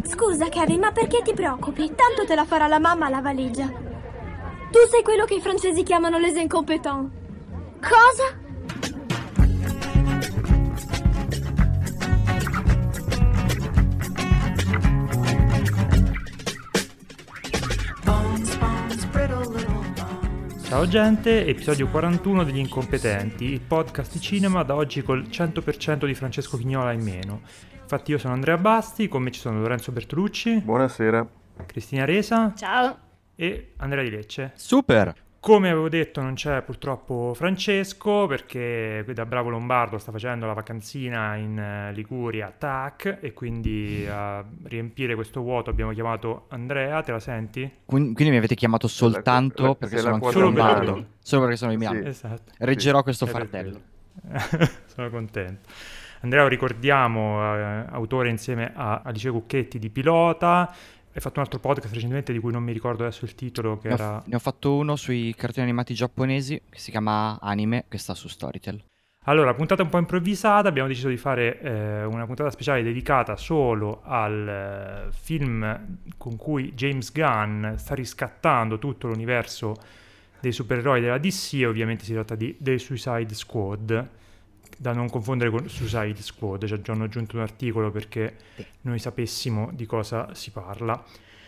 Scusa, Kevin, ma perché ti preoccupi? Tanto te la farà la mamma la valigia. Tu sei quello che i francesi chiamano les incompetents. Cosa? Ciao gente, episodio 41 degli Incompetenti, il podcast di cinema da oggi col 100% di Francesco Vignola in meno. Infatti io sono Andrea Basti, con me ci sono Lorenzo Bertolucci. Buonasera. Cristina Resa. Ciao. E Andrea Di Lecce. Super! Come avevo detto non c'è purtroppo Francesco perché da bravo lombardo sta facendo la vacanzina in Liguria, tac, e quindi a riempire questo vuoto abbiamo chiamato Andrea, te la senti? Quindi mi avete chiamato soltanto perché sono anche solo lombardo? per- Solo perché sono di Milano? Sì. Esatto. Reggerò questo È per fardello. quello. Sono contento. Andrea, lo ricordiamo, autore insieme a Alice Cucchetti di Pilota. Hai fatto un altro podcast recentemente di cui non mi ricordo adesso il titolo, che era... Ne ho fatto uno sui cartoni animati giapponesi che si chiama Anime, che sta su Storytel. Allora, puntata un po' improvvisata, abbiamo deciso di fare una puntata speciale dedicata solo al film con cui James Gunn sta riscattando tutto l'universo dei supereroi della DC, e ovviamente si tratta di The Suicide Squad, da non confondere con Suicide Squad. Ci hanno aggiunto un articolo perché noi sapessimo di cosa si parla.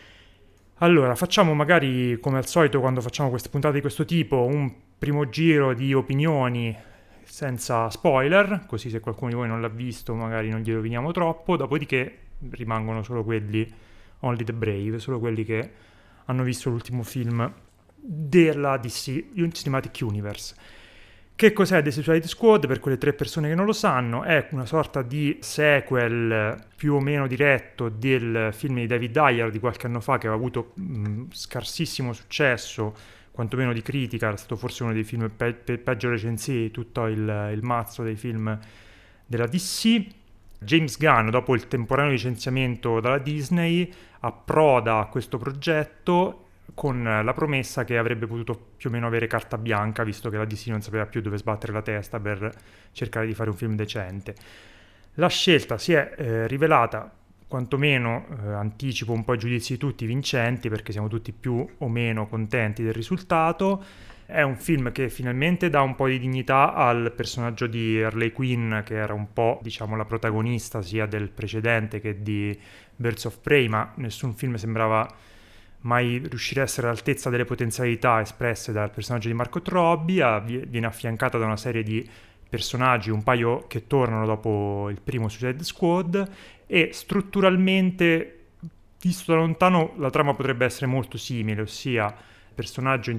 Allora, facciamo magari, come al solito quando facciamo queste puntate di questo tipo, un primo giro di opinioni senza spoiler, così se qualcuno di voi non l'ha visto magari non gli roviniamo troppo, dopodiché rimangono solo quelli, only the brave, solo quelli che hanno visto l'ultimo film della DC Cinematic Universe. Che cos'è The Suicide Squad? Per quelle 3 persone che non lo sanno, è una sorta di sequel più o meno diretto del film di David Ayer di qualche anno fa, che aveva avuto scarsissimo successo, quantomeno di critica. Era stato forse uno dei film peggio recensiti di tutto il mazzo dei film della DC. James Gunn, dopo il temporaneo licenziamento dalla Disney, approda a questo progetto con la promessa che avrebbe potuto più o meno avere carta bianca, visto che la DC non sapeva più dove sbattere la testa per cercare di fare un film decente. La scelta si è rivelata, quantomeno anticipo un po' i giudizi di tutti, vincenti, perché siamo tutti più o meno contenti del risultato. È un film che finalmente dà un po' di dignità al personaggio di Harley Quinn, che era un po', diciamo, la protagonista sia del precedente che di Birds of Prey, ma nessun film sembrava mai riuscire a essere all'altezza delle potenzialità espresse dal personaggio di Margot Robbie. Viene affiancata da una serie di personaggi, un paio che tornano dopo il primo Suicide Squad, e strutturalmente, visto da lontano, la trama potrebbe essere molto simile, ossia il personaggio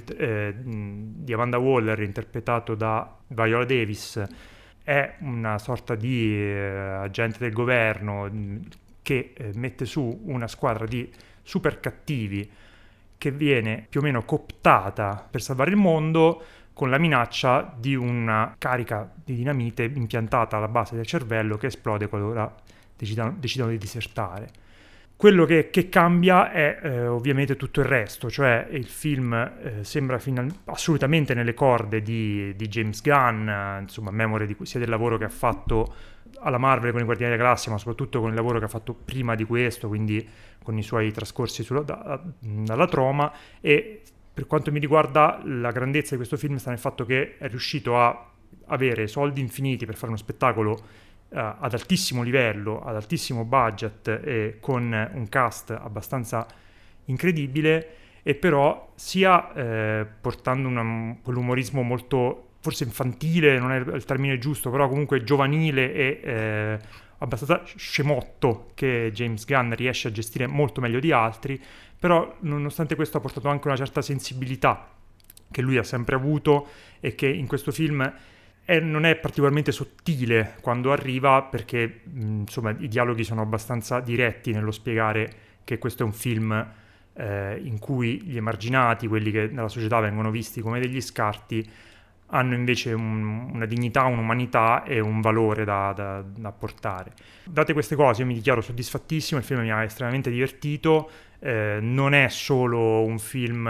di Amanda Waller, interpretato da Viola Davis, è una sorta di agente del governo che mette su una squadra di super cattivi che viene più o meno cooptata per salvare il mondo, con la minaccia di una carica di dinamite impiantata alla base del cervello che esplode qualora decidano di disertare. Quello che cambia è ovviamente tutto il resto, cioè il film sembra assolutamente nelle corde di James Gunn, insomma, memore sia del lavoro che ha fatto alla Marvel con i Guardiani della Galassia, ma soprattutto con il lavoro che ha fatto prima di questo, quindi con i suoi trascorsi dalla troma. E per quanto mi riguarda, la grandezza di questo film sta nel fatto che è riuscito a avere soldi infiniti per fare uno spettacolo ad altissimo livello, ad altissimo budget e con un cast abbastanza incredibile, e però sia portando quell'umorismo molto, forse infantile, non è il termine giusto, però comunque giovanile e abbastanza scemotto, che James Gunn riesce a gestire molto meglio di altri. Però nonostante questo ha portato anche una certa sensibilità che lui ha sempre avuto e che in questo film non è particolarmente sottile quando arriva, perché insomma i dialoghi sono abbastanza diretti nello spiegare che questo è un film in cui gli emarginati, quelli che nella società vengono visti come degli scarti, hanno invece una dignità, un'umanità e un valore da portare. Date queste cose, io mi dichiaro soddisfattissimo, il film mi ha estremamente divertito. Non è solo un film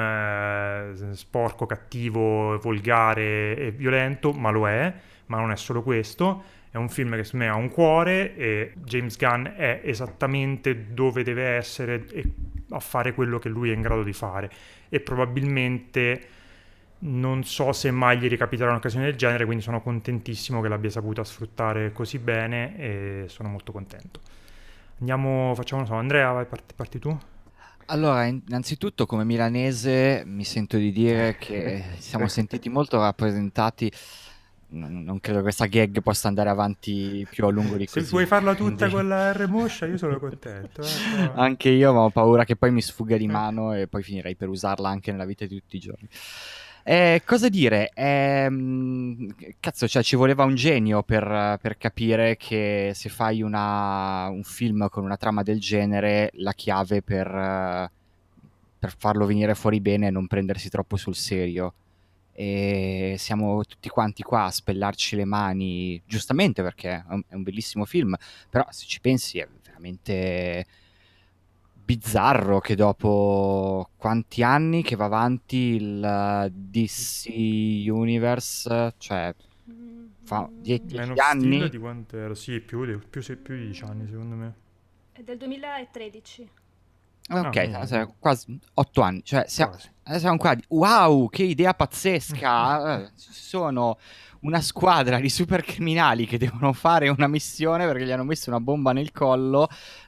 sporco, cattivo, volgare e violento, ma lo è, ma non è solo questo. È un film che secondo me ha un cuore e James Gunn è esattamente dove deve essere e a fare quello che lui è in grado di fare, e probabilmente non so se mai gli ricapiterà un'occasione del genere, quindi sono contentissimo che l'abbia saputa sfruttare così bene e sono molto contento. Andiamo, facciamo, non so, Andrea, vai, parti tu? Allora, innanzitutto come milanese mi sento di dire che siamo sentiti molto rappresentati. Non credo che questa gag possa andare avanti più a lungo di Se così. vuoi farla tutta Quindi con la R moscia, io sono contento. Però. anche io, ma ho paura che poi mi sfugga di mano e poi finirei per usarla anche nella vita di tutti i giorni. Cosa dire? Cazzo, cioè ci voleva un genio per capire che se fai un film con una trama del genere, la chiave per farlo venire fuori bene è non prendersi troppo sul serio. E siamo tutti quanti qua a spellarci le mani, giustamente, perché è un bellissimo film, però se ci pensi è veramente bizzarro che dopo quanti anni che va avanti il DC Universe, cioè fa 10 Man of anni. Steel di quanto era? Sì, più di 10 anni secondo me. È del 2013. Ok, quasi 8 anni, cioè Quasi. siamo qua wow, che idea pazzesca. Sono una squadra di super criminali che devono fare una missione perché gli hanno messo una bomba nel collo,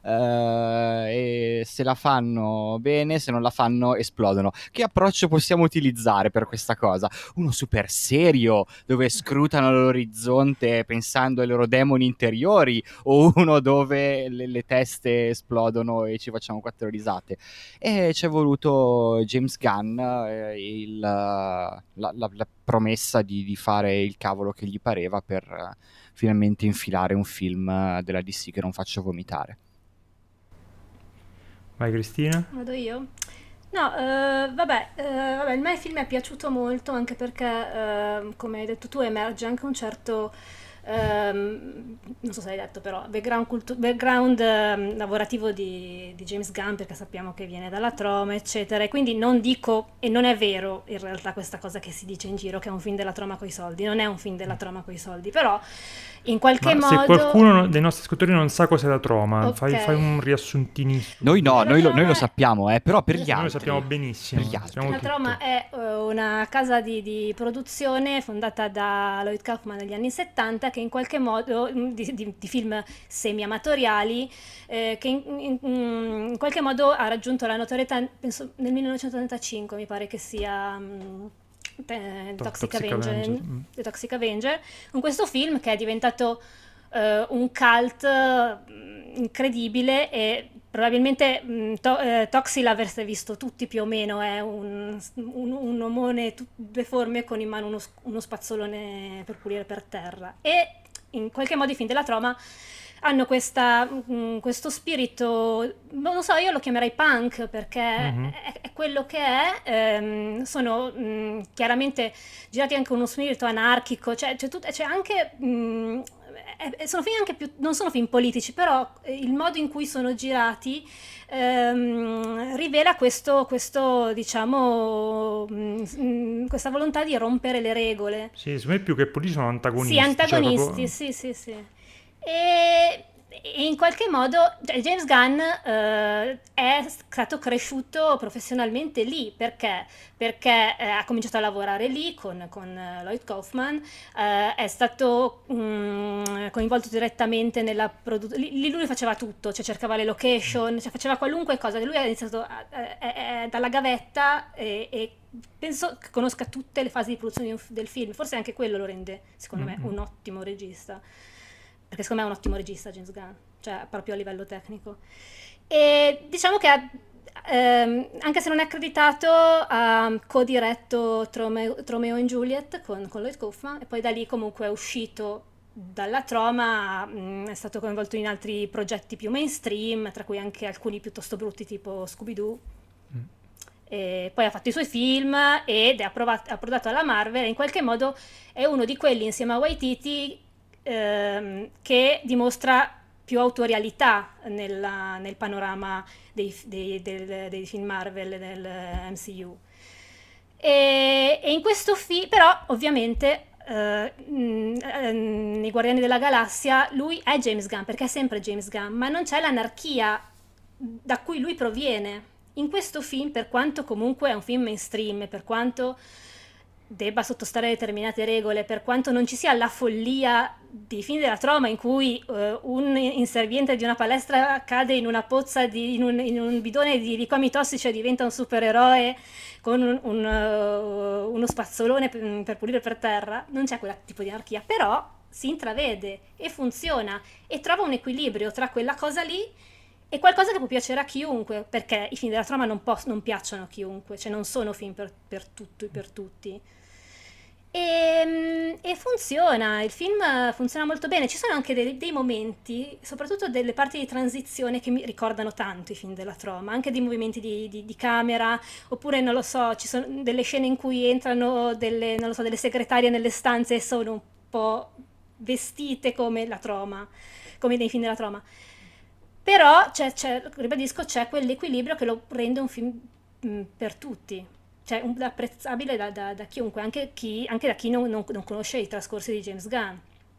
e se la fanno bene, se non la fanno esplodono. Che approccio possiamo utilizzare per questa cosa? Uno super serio dove scrutano l'orizzonte pensando ai loro demoni interiori, o uno dove le teste esplodono e ci facciamo 4 risate? E ci è voluto James Gunn, la promessa di fare il cavolo che gli pareva per finalmente infilare un film della DC che non faccia vomitare. Vai Cristina? Vado io? No, vabbè, a me il film è piaciuto molto anche perché, come hai detto tu, emerge anche un certo, non so se hai detto però, background lavorativo di James Gunn, perché sappiamo che viene dalla troma, eccetera, e quindi non dico, e non è vero in realtà questa cosa che si dice in giro, che è un film della troma coi soldi, non è un film della troma coi soldi, però in qualche Ma modo... se qualcuno dei nostri ascoltatori non sa cos'è la troma, Ok. fai un riassuntinissimo. Noi no, La troma noi lo è- sappiamo, però per gli Noi altri. lo sappiamo benissimo. Per gli altri. sappiamo La tutto. Troma è una casa di produzione fondata da Lloyd Kaufman negli anni 70 che in qualche modo, di film semi-amatoriali, che in qualche modo ha raggiunto la notorietà, penso nel 1985 mi pare che sia Toxic Avenger, The Toxic Avenger, con questo film che è diventato un cult incredibile e probabilmente Toxi l'avreste visto tutti più o meno, è un omone deforme con in mano uno spazzolone per pulire per terra, e in qualche modo i film della troma hanno questo spirito, non so, io lo chiamerei punk perché è quello che è, sono chiaramente girati anche con uno spirito anarchico, c'è anche... sono film anche più, non sono film politici, però il modo in cui sono girati rivela questo diciamo, questa volontà di rompere le regole. Sì, secondo me più che politici sono antagonisti. Sì, antagonisti, cioè proprio... sì. E in qualche modo James Gunn è stato cresciuto professionalmente lì perché ha cominciato a lavorare lì con Lloyd Kaufman, è stato coinvolto direttamente nella produzione. Lui faceva tutto, cioè cercava le location, cioè faceva qualunque cosa. Lui ha iniziato dalla gavetta e penso che conosca tutte le fasi di produzione del film. Forse anche quello lo rende, secondo me, un ottimo regista. Perché secondo me è un ottimo regista James Gunn, cioè proprio a livello tecnico. E diciamo che anche se non è accreditato, ha co-diretto Romeo and Juliet con Lloyd Kaufman, e poi da lì comunque è uscito dalla troma, è stato coinvolto in altri progetti più mainstream, tra cui anche alcuni piuttosto brutti tipo Scooby-Doo. E poi ha fatto i suoi film ed è approdato alla Marvel, e in qualche modo è uno di quelli insieme a Waititi che dimostra più autorialità nel panorama dei film Marvel e del MCU. E in questo film, però, ovviamente, nei Guardiani della Galassia lui è James Gunn, perché è sempre James Gunn, ma non c'è l'anarchia da cui lui proviene. In questo film, per quanto comunque è un film mainstream, per quanto debba sottostare a determinate regole, per quanto non ci sia la follia dei film della troma in cui un inserviente di una palestra cade in una pozza, in un bidone di liquami tossici e diventa un supereroe con uno spazzolone per pulire per terra, non c'è quel tipo di anarchia, però si intravede e funziona e trova un equilibrio tra quella cosa lì e qualcosa che può piacere a chiunque, perché i film della trama non piacciono a chiunque, cioè non sono film per tutto e per tutti. E funziona, il film funziona molto bene. Ci sono anche dei momenti, soprattutto delle parti di transizione, che mi ricordano tanto i film della troma, anche dei movimenti di camera, oppure non lo so, ci sono delle scene in cui entrano non lo so, delle segretarie nelle stanze e sono un po' vestite come la troma, come nei film della troma. Però ribadisco, c'è quell'equilibrio che lo rende un film per tutti, cioè apprezzabile da chiunque, anche da chi non conosce i trascorsi di James Gunn.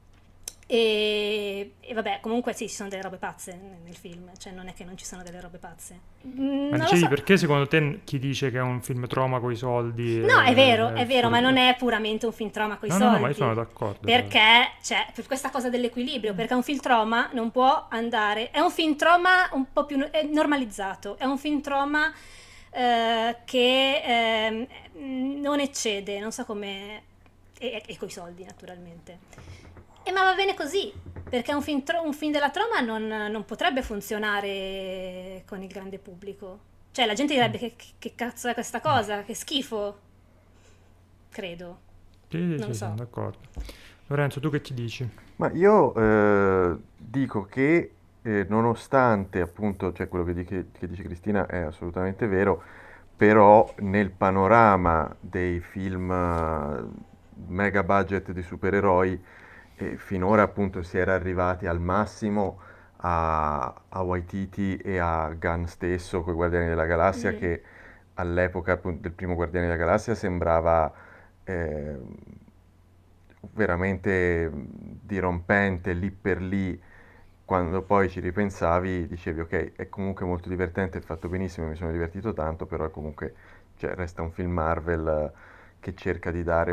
E vabbè, comunque sì, ci sono delle robe pazze nel film, cioè non è che non ci sono delle robe pazze. Ma Non lo dicevi so. perché secondo te chi dice che è un film troma coi soldi No, è vero, è ma fuori- non è puramente un film troma coi No, soldi. no, ma io sono d'accordo. Perché c'è per questa cosa dell'equilibrio, perché un film troma non può andare. È un film troma un po' più normalizzato, è un film troma che non eccede, non so come. E coi soldi, naturalmente. Ma va bene così, perché un film della troma non potrebbe funzionare con il grande pubblico. Cioè, la gente direbbe che cazzo è questa cosa, che schifo. Credo. Sì, Non sì, so. sono d'accordo. Lorenzo, tu che ci dici? Ma io dico che nonostante appunto, cioè quello che dice Cristina è assolutamente vero, però nel panorama dei film mega budget di supereroi, finora appunto si era arrivati al massimo a Waititi e a Gunn stesso con i Guardiani della Galassia, che all'epoca appunto del primo Guardiani della Galassia sembrava eh, veramente dirompente lì per lì. Quando poi ci ripensavi dicevi ok, è comunque molto divertente, è fatto benissimo, mi sono divertito tanto, però è comunque, cioè, resta un film Marvel che cerca di dare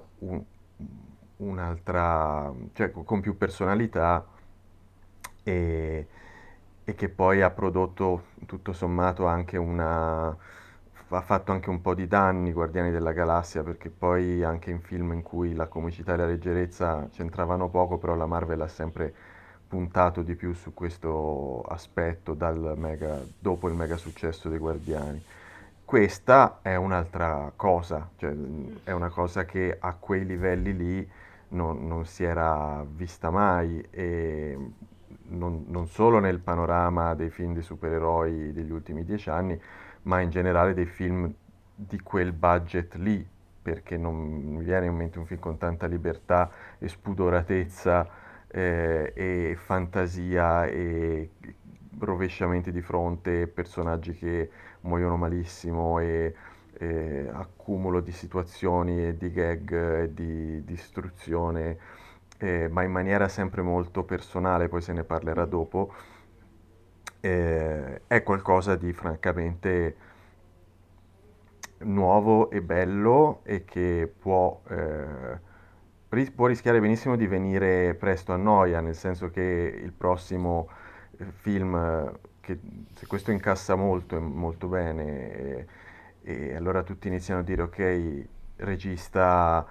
un'altra, cioè con più personalità, e, e che poi ha prodotto tutto sommato anche ha fatto anche un po' di danni Guardiani della Galassia, perché poi anche in film in cui la comicità e la leggerezza c'entravano poco, però la Marvel ha sempre puntato di più su questo aspetto dopo il mega successo dei Guardiani. Questa è un'altra cosa, cioè è una cosa che a quei livelli lì non si era vista mai, e non solo nel panorama dei film di supereroi degli ultimi 10 anni, ma in generale dei film di quel budget lì, perché non mi viene in mente un film con tanta libertà e spudoratezza e fantasia e rovesciamenti di fronte, personaggi che muoiono malissimo e accumulo di situazioni e di gag e di distruzione, ma in maniera sempre molto personale, poi se ne parlerà dopo. È qualcosa di francamente nuovo e bello, e che può rischiare benissimo di venire presto a noia, nel senso che il prossimo film, che se questo incassa molto e molto bene, e allora tutti iniziano a dire ok, regista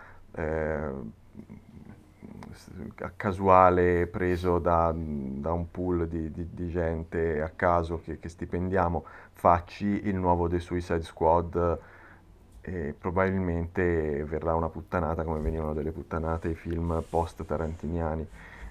casuale preso da un pool di gente a caso che stipendiamo, facci il nuovo The Suicide Squad, e probabilmente verrà una puttanata come venivano delle puttanate i film post-tarantiniani.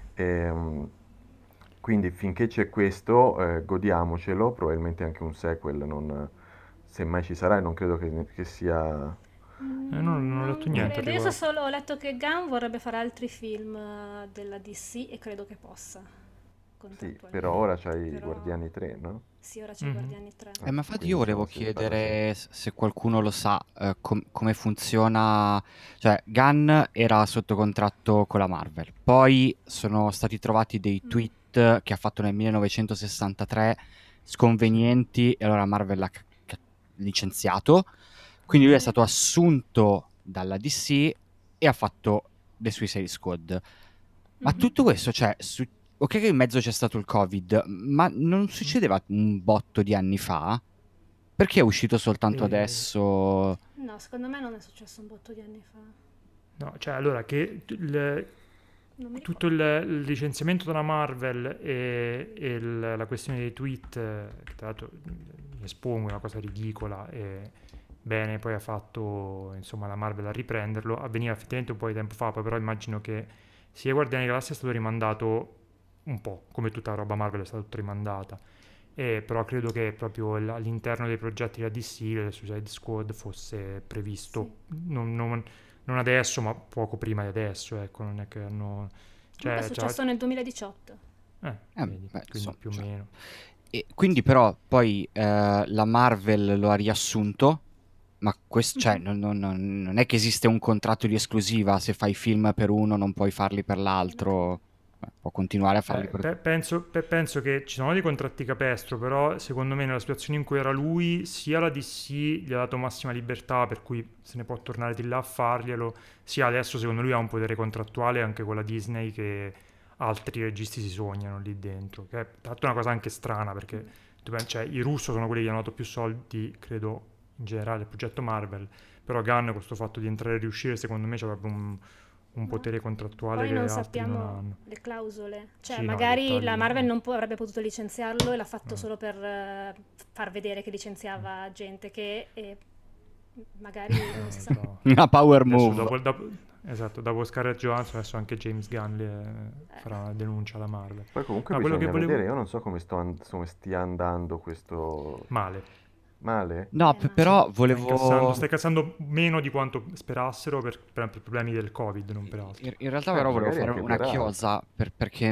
Quindi finché c'è questo, godiamocelo, probabilmente anche un sequel, se mai ci sarà, e non credo che sia. Non ho letto niente al credo. Io riguardo. ho letto che Gunn vorrebbe fare altri film della DC e credo che possa. Sì, però ora c'hai i Però Guardiani 3, no? sì, ora c'è i Mhm. Guardiani 3. Ma infatti Quindi io volevo si parla sempre. chiedere se qualcuno lo sa, come funziona. Cioè, Gunn era sotto contratto con la Marvel, poi sono stati trovati dei Mm. tweet che ha fatto nel 1963 sconvenienti e allora Marvel l'ha licenziato, quindi lui è Sì. stato assunto dalla DC e ha fatto The Suicide Squad. Ma Mhm. tutto questo, cioè, ok che in mezzo c'è stato il Covid, ma non succedeva un botto di anni fa? Perché è uscito soltanto E- adesso? No, secondo me non è successo un botto di anni fa. No, cioè allora che Non mi tutto ricordo. il licenziamento della Marvel e la questione dei tweet, che tra l'altro espongo, è una cosa ridicola e bene, poi ha fatto insomma la Marvel a riprenderlo, avveniva effettivamente un po' di tempo fa, poi però immagino che sia Guardiani della Galassia è stato rimandato un po', come tutta la roba Marvel è stata tutta rimandata. Però credo che proprio all'interno dei progetti della DC il Suicide Squad fosse previsto Sì. non adesso, ma poco prima di adesso, ecco, non è che hanno... Comunque è Cioè, successo nel 2018. vedi, Beh, quindi insomma, più o cioè. meno. E quindi però poi la Marvel lo ha riassunto, ma questo, cioè, Mhm. non è che esiste un contratto di esclusiva, se fai film per uno non puoi farli per l'altro, può continuare a farli per tutti. Penso che ci sono dei contratti capestro, però secondo me nella situazione in cui era lui, sia la DC gli ha dato massima libertà, per cui se ne può tornare di là a farglielo, sia adesso secondo lui ha un potere contrattuale anche con la Disney che altri registi si sognano lì dentro, che è tra l'altro una cosa anche strana perché cioè, i russo sono quelli che hanno dato più soldi, credo, in generale al progetto Marvel, però Gunn con questo fatto di entrare e riuscire secondo me c'è proprio un No. potere contrattuale Poi che non altri non sappiamo hanno. le clausole. Cioè, Sì, no, i magari la dettagli. Marvel non avrebbe potuto licenziarlo e l'ha fatto No. solo per far vedere che licenziava gente che magari non si sa. Bravo. Una power Adesso move. esatto, dopo Scarlett Johansson adesso anche James Gunn farà una denuncia alla Marvel. Poi comunque No, quello che bisogna vedere, volevo... io non so come stia andando questo Male. male. No, Male. però Sta volevo. incassando meno di quanto sperassero per problemi del Covid, non per altro. In realtà però volevo Magari fare anche una per altro. chiosa perché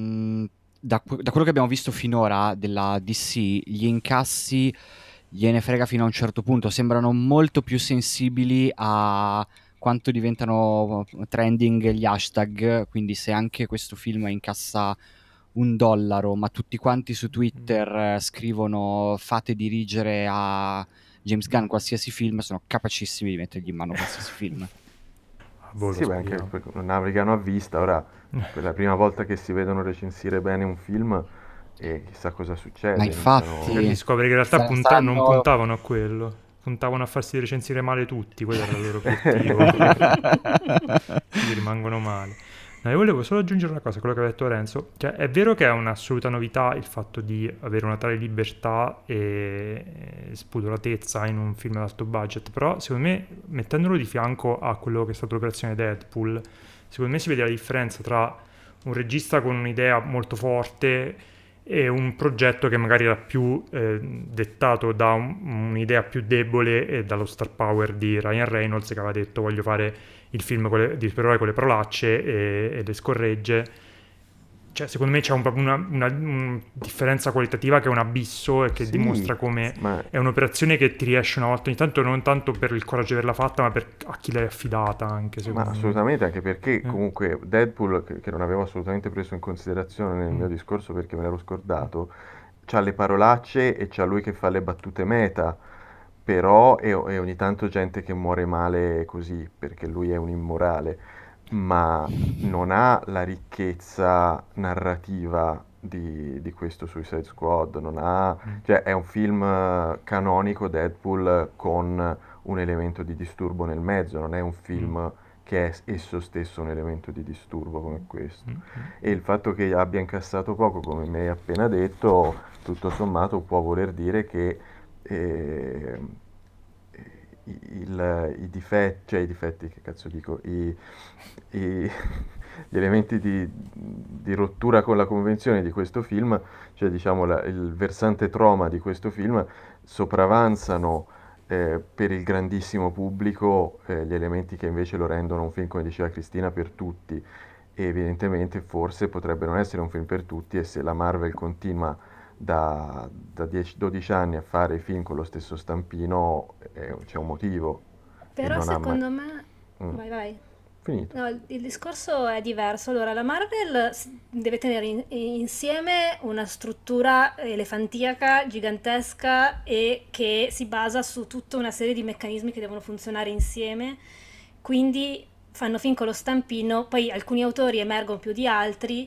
da quello che abbiamo visto finora della DC, gli incassi gliene frega fino a un certo punto, sembrano molto più sensibili a quanto diventano trending gli hashtag, quindi se anche questo film incassa $1, ma tutti quanti su Twitter scrivono fate dirigere a James Gunn qualsiasi film, sono capacissimi di mettergli in mano qualsiasi film. Boh, lo Sì, beh, anche speriamo. una che hanno a vista, ora per la prima volta che si vedono recensire bene un film e chissà cosa Ma succede, Magari infatti si scopre che in realtà non saranno. puntavano a quello, puntavano a farsi recensire male tutti, quello era il loro obiettivo. Quindi rimangono male. No, io volevo solo aggiungere una cosa, quello che ha detto Lorenzo. Cioè, è vero che è un'assoluta novità il fatto di avere una tale libertà e spudoratezza in un film ad alto budget, però secondo me, mettendolo di fianco a quello che è stata l'operazione Deadpool, secondo me si vede la differenza tra un regista con un'idea molto forte e un progetto che magari era più dettato da un'idea più debole e dallo star power di Ryan Reynolds che aveva detto voglio fare il film di supereroi con le parolacce e le scorregge. Cioè, secondo me c'è proprio una differenza qualitativa che è un abisso e che sì, dimostra come ma è un'operazione che ti riesce una volta ogni tanto, non tanto per il coraggio di averla fatta, ma a chi l'hai affidata anche, Ma secondo me. assolutamente, anche perché Eh? comunque Deadpool, che non avevo assolutamente preso in considerazione nel Mm. mio discorso perché me l'ero scordato, c'ha le parolacce e c'ha lui che fa le battute meta, però e ogni tanto gente che muore male così, perché lui è un immorale, ma non ha la ricchezza narrativa di questo Suicide Squad, non ha, Mm. cioè è un film canonico Deadpool con un elemento di disturbo nel mezzo, non è un Mm. film che è esso stesso un elemento di disturbo come questo. Mm. E il fatto che abbia incassato poco, come mi hai appena detto, tutto sommato può voler dire che eh, cioè i difetti, che cazzo dico, gli elementi di rottura con la convenzione di questo film, cioè diciamo il versante trauma di questo film, sopravanzano per il grandissimo pubblico gli elementi che invece lo rendono un film, come diceva Cristina, per tutti. e evidentemente forse potrebbe non essere un film per tutti, e se la Marvel continua da 10-12 anni a fare film con lo stesso stampino, c'è un motivo, e Però non ha mai... secondo me... Mm, Vai, vai. finito. No, il discorso è diverso. Allora, la Marvel deve tenere insieme una struttura elefantiaca, gigantesca e che si basa su tutta una serie di meccanismi che devono funzionare insieme. Quindi fanno fin con lo stampino, poi alcuni autori emergono più di altri,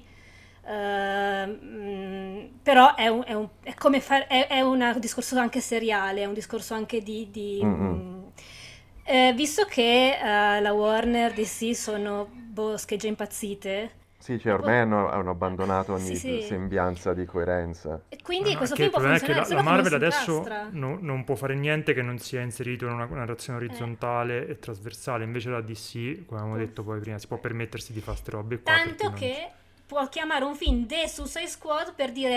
però è come è un discorso anche seriale, è un discorso anche Mm, mm. visto che la Warner DC sono schegge impazzite, Sì, cioè e ormai hanno abbandonato sì, ogni sì. sembianza di coerenza. E No, quindi no, è questo che film il può problema è che funzionare la solo che non Marvel si adesso incastra. non può fare niente che non sia inserito in una narrazione Eh, orizzontale e trasversale. Invece la DC, come avevamo può- detto poi prima, si può permettersi di fare queste robe qua perché Tanto non... che può chiamare un film The Suicide Squad per dire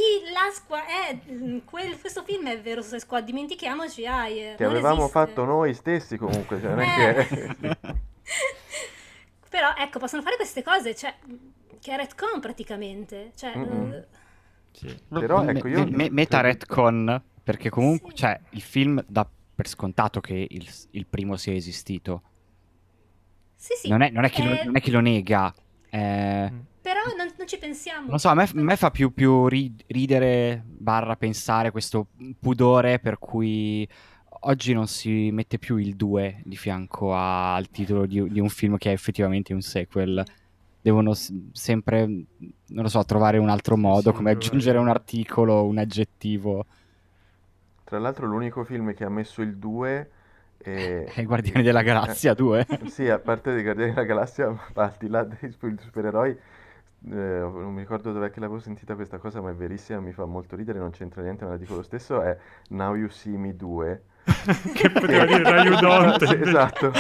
questo film è vero Suicide Squad, dimentichiamoci Ayer, Che non avevamo esiste. fatto noi stessi comunque, cioè non è Eh. che... Però ecco, possono fare queste cose, cioè, che è retcon praticamente. Cioè, Mm-mm. Sì. Però ecco, io Meta credo... retcon, perché comunque, sì, cioè, il film dà per scontato che il primo sia esistito. sì, sì, Non è che lo nega. Mm. però non ci pensiamo. Non so, a me fa più ridere barra pensare questo pudore per cui oggi non si mette più il 2 di fianco al titolo di un film che è effettivamente un sequel. Devono sempre, non lo so, trovare un altro Sì, modo, sì, come aggiungere un trovare... articolo, un aggettivo. Tra l'altro l'unico film che ha messo il 2 È i Guardiani della Galassia 2. sì, a parte dei Guardiani della Galassia, ma al di là dei supereroi, non mi ricordo dov'è che l'avevo sentita questa cosa, ma è verissima, mi fa molto ridere, non c'entra niente, ma la dico lo stesso, è Now You See Me 2. che poteva dire Raiudonte Sì, invece. esatto.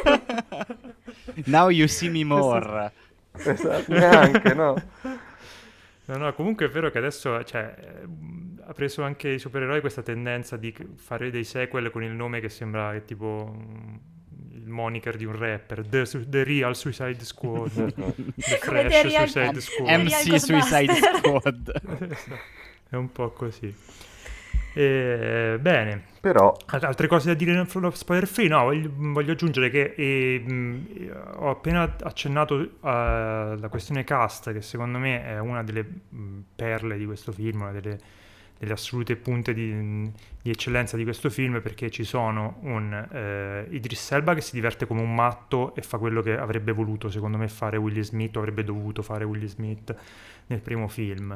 Now you see me more. Esatto, neanche, no? No, no, comunque è vero che adesso, cioè, ha preso anche i supereroi questa tendenza di fare dei sequel con il nome che sembra che tipo il moniker di un rapper, The Real Suicide Squad, The Come Fresh The Real- Suicide Squad. Real MC Suicide Ghostbuster. Squad. È un po' così. Bene, Però, altre cose da dire sullo spoiler free? No, voglio aggiungere che ho appena accennato alla questione cast, che secondo me è una delle perle di questo film, una delle assolute punte di eccellenza di questo film, perché ci sono un Idris Elba che si diverte come un matto e fa quello che avrebbe voluto, secondo me, fare Will Smith, o avrebbe dovuto fare Will Smith nel primo film.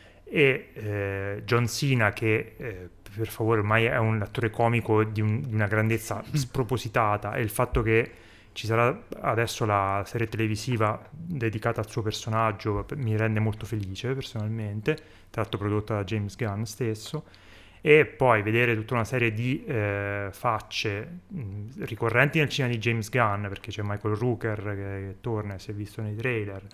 E John Cena che per favore ormai è un attore comico di una grandezza spropositata, e il fatto che ci sarà adesso la serie televisiva dedicata al suo personaggio mi rende molto felice personalmente, tra l'altro prodotta da James Gunn stesso, e poi vedere tutta una serie di facce ricorrenti nel cinema di James Gunn, perché c'è Michael Rooker che torna e si è visto nei trailer.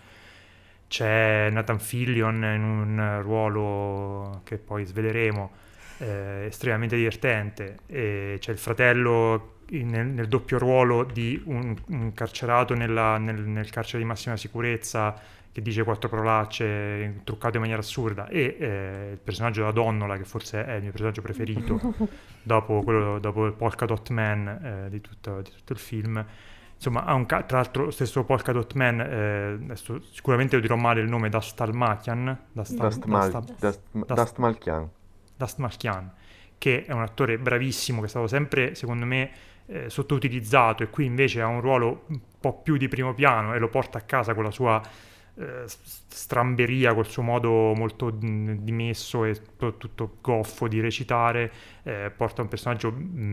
C'è Nathan Fillion in un ruolo che poi sveleremo, estremamente divertente, e c'è il fratello nel doppio ruolo di un carcerato nel carcere di massima sicurezza che dice 4 parolacce truccate in maniera assurda, e il personaggio della donnola, che forse è il mio personaggio preferito dopo il Polka Dot Man di tutto il film. Insomma, tra l'altro lo stesso Polka Dot Man, adesso sicuramente io dirò male il nome, Dastalmakian, Dust Malkian. Dastmalchian, che è un attore bravissimo, che è stato sempre, secondo me, sottoutilizzato, e qui invece ha un ruolo un po' più di primo piano e lo porta a casa con la sua stramberia, col suo modo molto dimesso e tutto goffo di recitare, porta un personaggio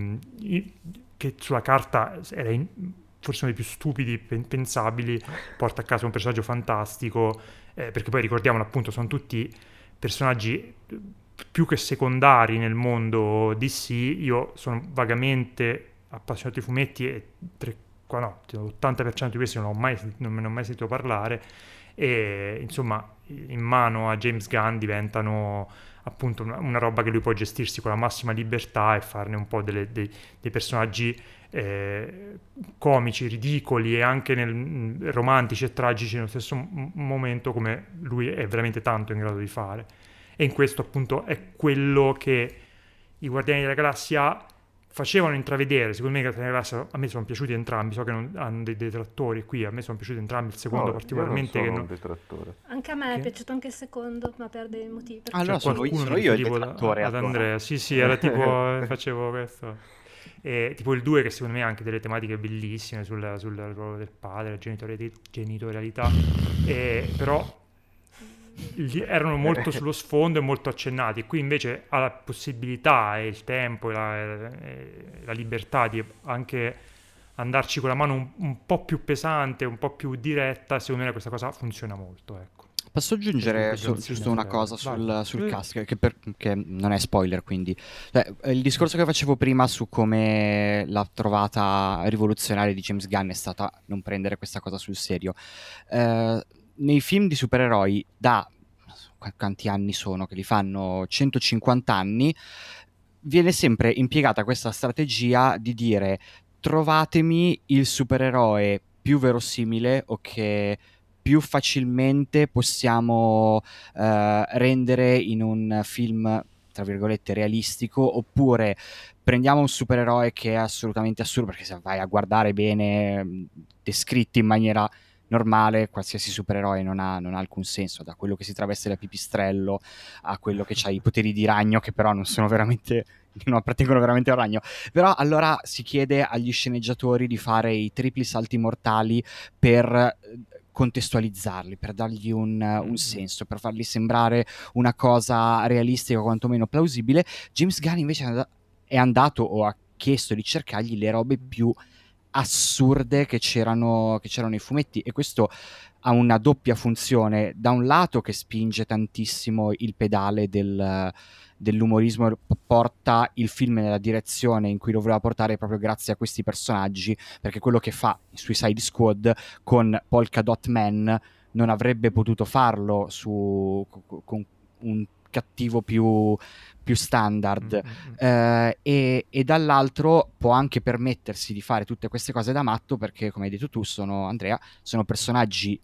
che sulla carta era forse uno dei più stupidi pensabili, porta a casa un personaggio fantastico, perché poi ricordiamolo, appunto, sono tutti personaggi più che secondari nel mondo DC. Io sono vagamente appassionato di fumetti e l'80% di questi non me ne ho mai sentito parlare, e insomma in mano a James Gunn diventano appunto una roba che lui può gestirsi con la massima libertà e farne un po' dei personaggi comici, ridicoli e anche romantici e tragici nello stesso momento, come lui è veramente tanto in grado di fare. E in questo appunto è quello che i Guardiani della Galassia facevano intravedere. Secondo me i Guardiani della Galassia, a me sono piaciuti entrambi, so che hanno dei detrattori qui, a me sono piaciuti entrambi, il secondo particolarmente. Io non che sono un detrattore. Anche a me è piaciuto anche il secondo, ma per dei motivi. Allora sono qualcuno io il riferivo detrattore ad allora. Andrea. Sì, era tipo facevo questo. E, tipo il 2, che secondo me ha anche delle tematiche bellissime sul ruolo del padre, la genitorialità, però erano molto sullo sfondo e molto accennati. Qui invece ha la possibilità e il tempo e la libertà di anche andarci con la mano un po' più pesante, un po' più diretta. Secondo me questa cosa funziona molto, ecco. Posso aggiungere John giusto Cena, una cosa vai. sul cast, che non è spoiler, quindi. Il discorso che facevo prima su come la trovata rivoluzionaria di James Gunn è stata non prendere questa cosa sul serio. Nei film di supereroi, da quanti anni sono che li fanno? 150 anni, viene sempre impiegata questa strategia di dire: trovatemi il supereroe più verosimile o che più facilmente possiamo rendere in un film, tra virgolette, realistico, oppure prendiamo un supereroe che è assolutamente assurdo, perché se vai a guardare bene, descritti in maniera normale, qualsiasi supereroe non ha alcun senso, da quello che si traveste da pipistrello a quello che ha i poteri di ragno, che però non appartengono veramente al ragno. Però allora si chiede agli sceneggiatori di fare i tripli salti mortali per contestualizzarli, per dargli un senso, per farli sembrare una cosa realistica o quantomeno plausibile. James Gunn invece è andato o ha chiesto di cercargli le robe più assurde che c'erano nei fumetti, e questo ha una doppia funzione: da un lato che spinge tantissimo il pedale dell'umorismo, porta il film nella direzione in cui lo voleva portare proprio grazie a questi personaggi, perché quello che fa Suicide Squad con Polka Dot Man non avrebbe potuto farlo con un cattivo più standard. E dall'altro può anche permettersi di fare tutte queste cose da matto, perché, come hai detto tu, Andrea, sono personaggi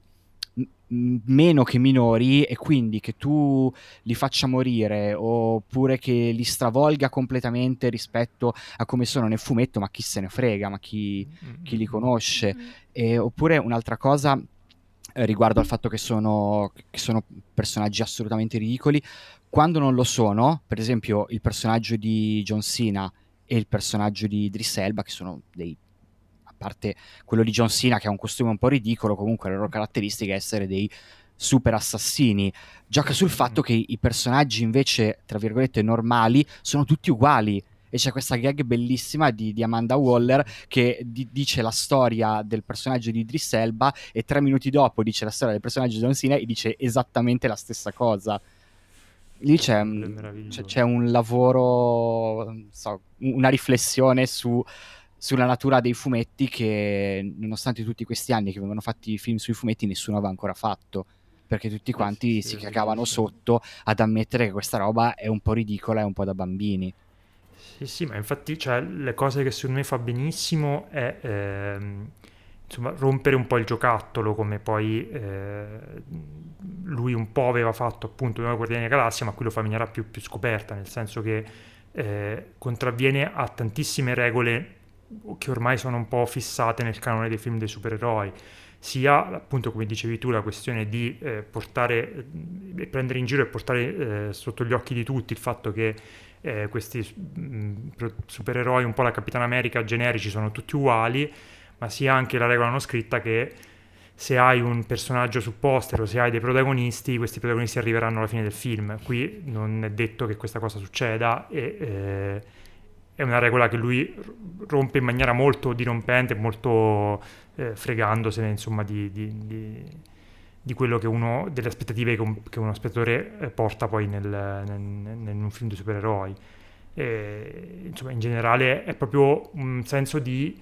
meno che minori, e quindi che tu li faccia morire oppure che li stravolga completamente rispetto a come sono nel fumetto, ma chi se ne frega, ma chi li conosce. Oppure un'altra cosa riguardo al fatto che sono personaggi assolutamente ridicoli, quando non lo sono, per esempio il personaggio di John Cena e il personaggio di Idris Elba, che sono a parte quello di John Cena che ha un costume un po' ridicolo, comunque la loro caratteristica è essere dei super assassini, gioca sul fatto che i personaggi invece, tra virgolette, normali, sono tutti uguali. E c'è questa gag bellissima di Amanda Waller che dice la storia del personaggio di Idris Elba e 3 minuti dopo dice la storia del personaggio di John Cena e dice esattamente la stessa cosa. Lì c'è un lavoro, una riflessione sulla natura dei fumetti che, nonostante tutti questi anni che vengono fatti film sui fumetti, nessuno aveva ancora fatto, perché tutti quanti si cagavano sotto ad ammettere che questa roba è un po' ridicola e un po' da bambini. Sì, ma infatti, cioè, le cose che secondo me fa benissimo è insomma rompere un po' il giocattolo, come poi lui un po' aveva fatto appunto nella Guardiani della Galassia, ma qui lo fa in maniera più scoperta, nel senso che contravviene a tantissime regole che ormai sono un po' fissate nel canone dei film dei supereroi, sia appunto, come dicevi tu, la questione di prendere in giro e portare sotto gli occhi di tutti il fatto che questi supereroi, un po' la Capitana America generici, sono tutti uguali, ma sia anche la regola non scritta che se hai un personaggio sul poster o se hai dei protagonisti, questi protagonisti arriveranno alla fine del film. Qui non è detto che questa cosa succeda, e è una regola che lui rompe in maniera molto dirompente, molto fregandosene, insomma, di quello che delle aspettative che uno spettatore porta poi in un film di supereroi. Insomma, in generale è proprio un senso di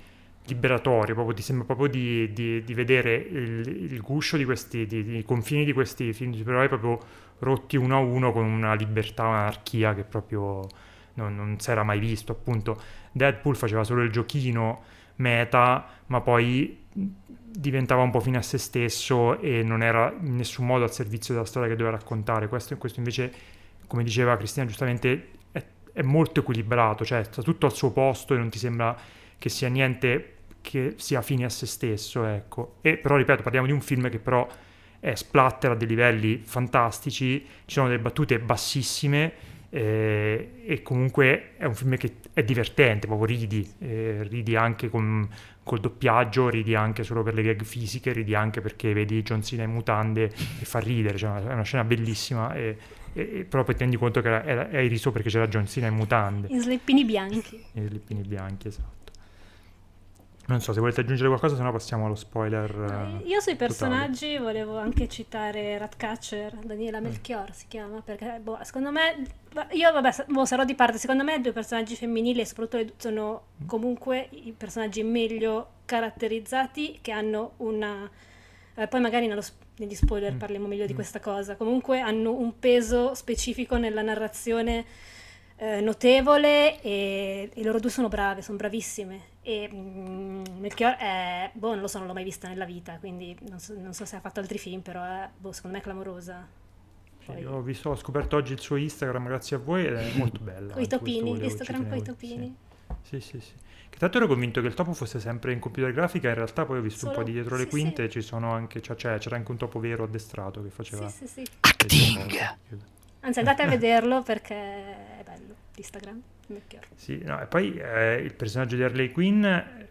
liberatorio, proprio ti sembra proprio di vedere il guscio di questi, i confini di questi film di supereroi proprio rotti uno a uno con una libertà, un'anarchia che proprio non si era mai visto. Appunto, Deadpool faceva solo il giochino meta, ma poi diventava un po' fine a se stesso e non era in nessun modo al servizio della storia che doveva raccontare. Questo invece, come diceva Cristina giustamente, è molto equilibrato, cioè sta tutto al suo posto e non ti sembra che sia niente che sia fine a se stesso, ecco. E però, ripeto, parliamo di un film che però è splatter a dei livelli fantastici, ci sono delle battute bassissime, e comunque è un film che è divertente, proprio ridi anche col doppiaggio, ridi anche solo per le gag fisiche, ridi anche perché vedi John Cena in mutande e fa ridere, cioè è una scena bellissima e proprio ti rendi conto che hai riso perché c'era John Cena in mutande. In slippini bianchi. In slippini bianchi, esatto. Non so se volete aggiungere qualcosa, se no passiamo allo spoiler. Io sui totale. personaggi volevo anche citare Ratcatcher, Daniela Melchior si chiama, perché secondo me, io sarò di parte, secondo me i due personaggi femminili e soprattutto sono comunque i personaggi meglio caratterizzati, che hanno una... poi magari negli spoiler parliamo meglio di questa cosa, comunque hanno un peso specifico nella narrazione notevole, e loro due sono brave, sono bravissime. E Melchior è, non lo so, non l'ho mai vista nella vita, quindi non so se ha fatto altri film, però secondo me è clamorosa. Poi... ho scoperto oggi il suo Instagram grazie a voi ed è molto bella. Con i topini, l'Instagram con i topini. Sì. Che tanto ero convinto che il topo fosse sempre in computer grafica, in realtà poi ho visto un po' di dietro le quinte, ci sono anche, c'era anche un topo vero addestrato che faceva... Sì. Acting! Anzi, andate a vederlo perché è bello, l'Instagram. Sì, no, e poi il personaggio di Harley Quinn,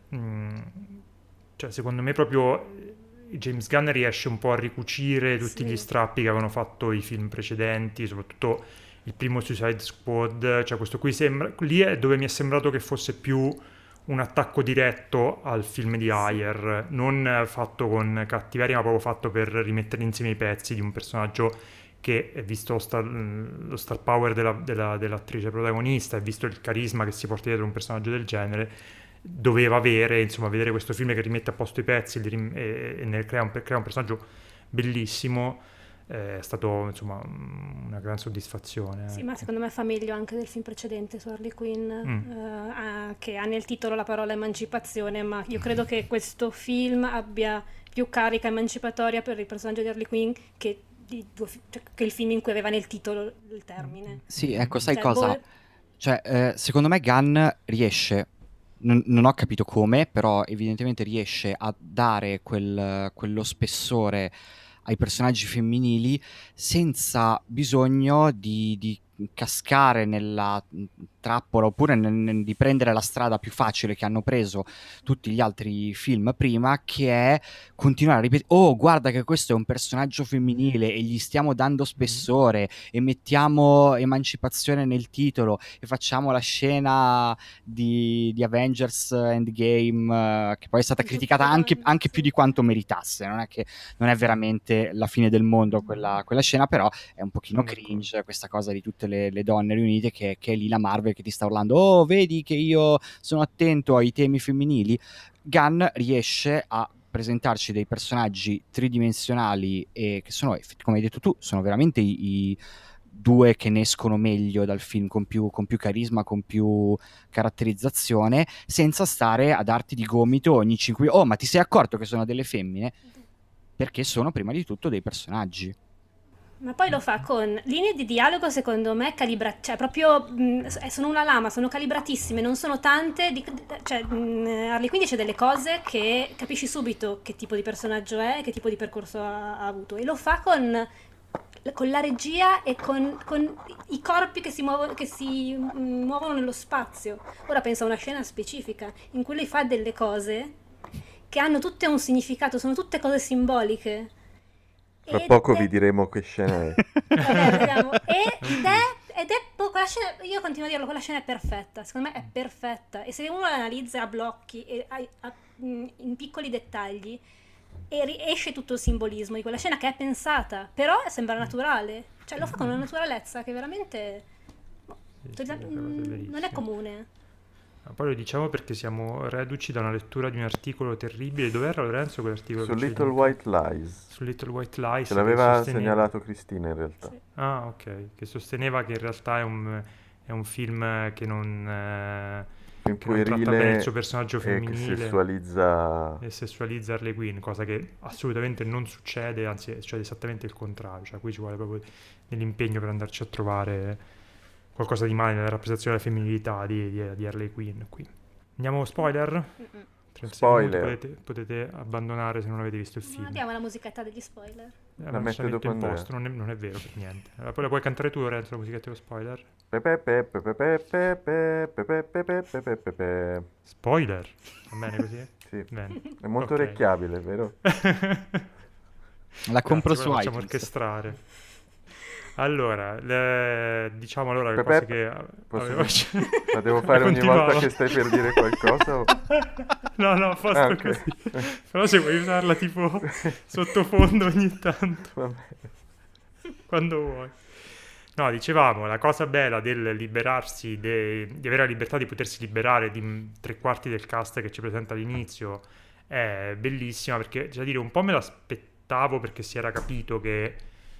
cioè secondo me proprio James Gunn riesce un po' a ricucire tutti gli strappi che avevano fatto i film precedenti, soprattutto il primo Suicide Squad, cioè questo qui lì è dove mi è sembrato che fosse più un attacco diretto al film di Ayer, non fatto con cattiveria, ma proprio fatto per rimettere insieme i pezzi di un personaggio che, visto lo star power dell'attrice protagonista e visto il carisma che si porta dietro un personaggio del genere, doveva avere, insomma, vedere questo film che rimette a posto i pezzi e ne crea un personaggio bellissimo, è stato, insomma, una gran soddisfazione. Sì, ma secondo me fa meglio anche del film precedente su Harley Quinn, che ha nel titolo la parola emancipazione, ma io credo che questo film abbia più carica emancipatoria per il personaggio di Harley Quinn che il film in cui aveva nel titolo il termine. Sì, ecco, sai cosa? Cioè, secondo me Gunn riesce, non ho capito come, però evidentemente riesce a dare quello spessore ai personaggi femminili senza bisogno di cascare nella trappola oppure di prendere la strada più facile che hanno preso tutti gli altri film prima, che è continuare a ripetere: oh, guarda che questo è un personaggio femminile e gli stiamo dando spessore e mettiamo emancipazione nel titolo e facciamo la scena di Avengers Endgame, che poi è stata criticata anche più di quanto meritasse. Non è che non è veramente la fine del mondo quella scena, però è un pochino cringe questa cosa di tutte le donne riunite, che è lì la Marvel che ti sta urlando: oh, vedi che io sono attento ai temi femminili. Gunn riesce a presentarci dei personaggi tridimensionali e che sono, come hai detto tu, sono veramente i due che ne escono meglio dal film, con più carisma, con più caratterizzazione, senza stare a darti di gomito ogni 5 oh, ma ti sei accorto che sono delle femmine? Perché sono prima di tutto dei personaggi. Ma poi lo fa con linee di dialogo, secondo me, cioè proprio sono una lama, sono calibratissime, non sono tante, Harley Quinn dice delle cose che capisci subito che tipo di personaggio è, che tipo di percorso ha avuto, e lo fa con la regia e con i corpi che si muovono nello spazio. Ora penso a una scena specifica in cui lei fa delle cose che hanno tutte un significato, sono tutte cose simboliche. Tra poco vi diremo che scena è. Vabbè, vediamo. Quella scena, io continuo a dirlo, quella scena è perfetta, secondo me è perfetta, e se uno la analizza a blocchi e in piccoli dettagli, esce tutto il simbolismo di quella scena, che è pensata, però sembra naturale, cioè lo fa con una naturalezza che veramente non è comune. Poi lo diciamo perché siamo reduci da una lettura di un articolo terribile. Dov'era, Lorenzo, quell'articolo Su che c'è Little link? White Lies. Su Little White Lies, Ce che l'aveva sosteneva... segnalato Cristina in realtà. Sì. Ah, ok, che sosteneva che in realtà è un film Film che non tratta bene il puerile suo personaggio e che femminile sessualizza. e sessualizza Harley Quinn, cosa che assolutamente non succede, anzi succede esattamente il contrario, cioè qui ci vuole proprio dell'impegno per andarci a trovare qualcosa di male nella rappresentazione della femminilità di Harley Quinn qui. Andiamo spoiler? Mm-mm. 36 minuti, Spoiler. potete abbandonare se non avete visto il Non film. abbiamo la musichetta degli spoiler. La Ma mette ce la metto dopo in Andrea. posto, non è vero per niente. Poi la puoi cantare tu, Lorenzo, la musichetta dello spoiler? Spoiler! Va bene così? Sì, Bene. è molto Ok. orecchiabile, vero? La compro Grazie, su poi la facciamo iTunes. orchestrare. Allora, diciamo allora le Pepe, cose che posso avevo... La devo fare ogni Continuavo. volta che stai per dire qualcosa? No, a posto Ah, ok. così. Però se vuoi usarla tipo sottofondo ogni tanto, Vabbè. quando vuoi. No, dicevamo, la cosa bella del liberarsi, di avere la libertà di potersi liberare di tre quarti del cast che ci presenta all'inizio è bellissima, perché, c'è da dire, un po' me l'aspettavo perché si era capito che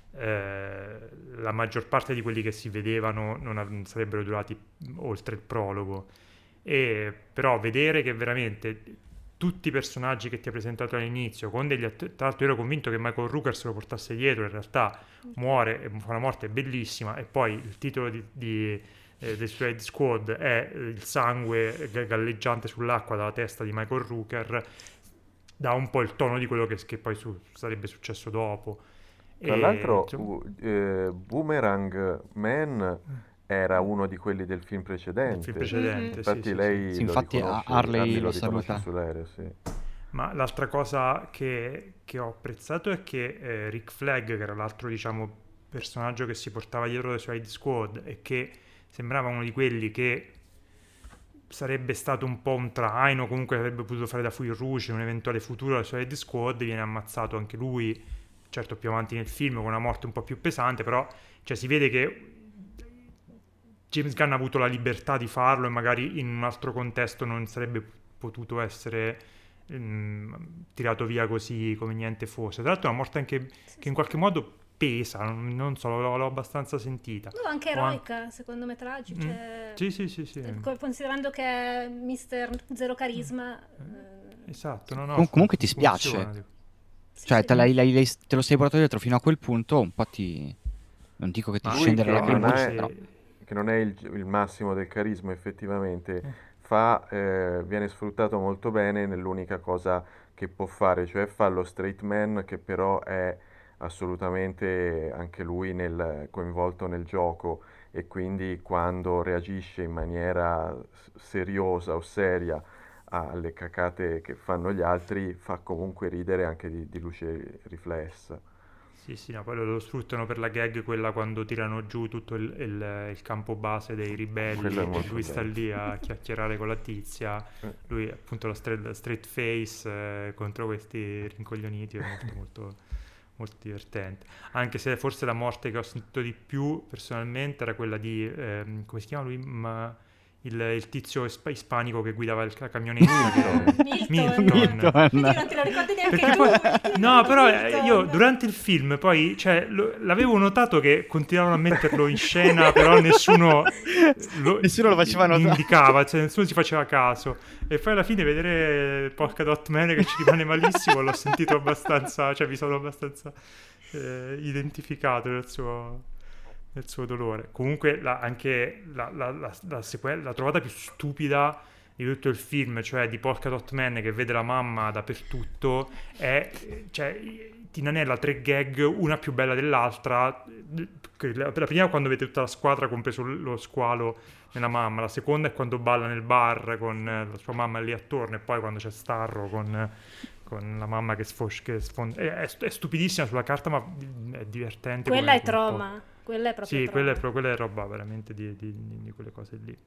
la maggior parte di quelli che si vedevano non sarebbero durati oltre il prologo. E però vedere che veramente tutti i personaggi che ti ha presentato all'inizio, con degli tra l'altro ero convinto che Michael Rooker se lo portasse dietro, in realtà muore e fa una morte bellissima, e poi il titolo del Suicide Squad è il sangue galleggiante sull'acqua dalla testa di Michael Rooker, dà un po' il tono di quello che poi sarebbe successo dopo. Tra E, l'altro, insomma, Boomerang Man era uno di quelli del film il precedente. film precedente, Infatti sì, lei Sì, lo infatti riconosce, Harley lo riconosce saluta. sull'aereo, sì. Ma l'altra cosa che ho apprezzato è che Rick Flag, che era l'altro, diciamo, personaggio che si portava dietro le Suicide Squad e che sembrava uno di quelli che sarebbe stato un po' un traino, comunque avrebbe potuto fare da fil rouge in un eventuale futuro della Suicide Squad, viene ammazzato anche lui, certo più avanti nel film, con una morte un po' più pesante, però cioè, si vede che James Gunn ha avuto la libertà di farlo e magari in un altro contesto non sarebbe potuto essere tirato via così come niente fosse. Tra l'altro è una morte anche che in qualche modo pesa, non so, l'ho abbastanza sentita. No, anche eroica, secondo me tragica. Sì. Considerando che è Mister Zero Carisma. Esatto, no, Comunque ti spiace. funziona. Cioè, sì. te lo sei portato dietro fino a quel punto, un po' non dico che ti Ma Lui scende che la non lacrimuccia, è- però... che non è il massimo del carisma effettivamente, viene sfruttato molto bene nell'unica cosa che può fare, cioè fa lo straight man che però è assolutamente anche lui coinvolto nel gioco, e quindi quando reagisce in maniera seriosa o seria alle cacate che fanno gli altri fa comunque ridere anche di luce riflessa. Sì, no, poi lo sfruttano per la gag, quella quando tirano giù tutto il campo base dei ribelli Quello è e molto lui sta bello. lì a chiacchierare con la tizia, lui appunto la straight face contro questi rincoglioniti, è molto divertente. Anche se forse la morte che ho sentito di più personalmente era quella di, come si chiama lui? Il tizio ispanico che guidava la camionetta. Milton. Quindi non te lo ricordi neanche Perché tu. poi, no, però Milton. io durante il film poi, cioè, l'avevo notato che continuavano a metterlo in scena, però nessuno Nessuno lo faceva notare. indicava, cioè nessuno ci faceva caso. E poi alla fine vedere Polka Dot Man che ci rimane malissimo, l'ho sentito abbastanza, cioè mi sono abbastanza identificato nel suo dolore. Comunque anche la trovata più stupida di tutto il film, cioè di Polka Dot Man che vede la mamma dappertutto, cioè, ti inanella tre gag, una più bella dell'altra. La prima è quando vede tutta la squadra, compreso lo squalo nella mamma, la seconda è quando balla nel bar con la sua mamma lì attorno, e poi quando c'è Starro con la mamma che sfonda. È stupidissima sulla carta, ma è divertente. Quella è come un po'. trauma. Quella è proprio Sì, trauma. quella è roba veramente di quelle cose lì.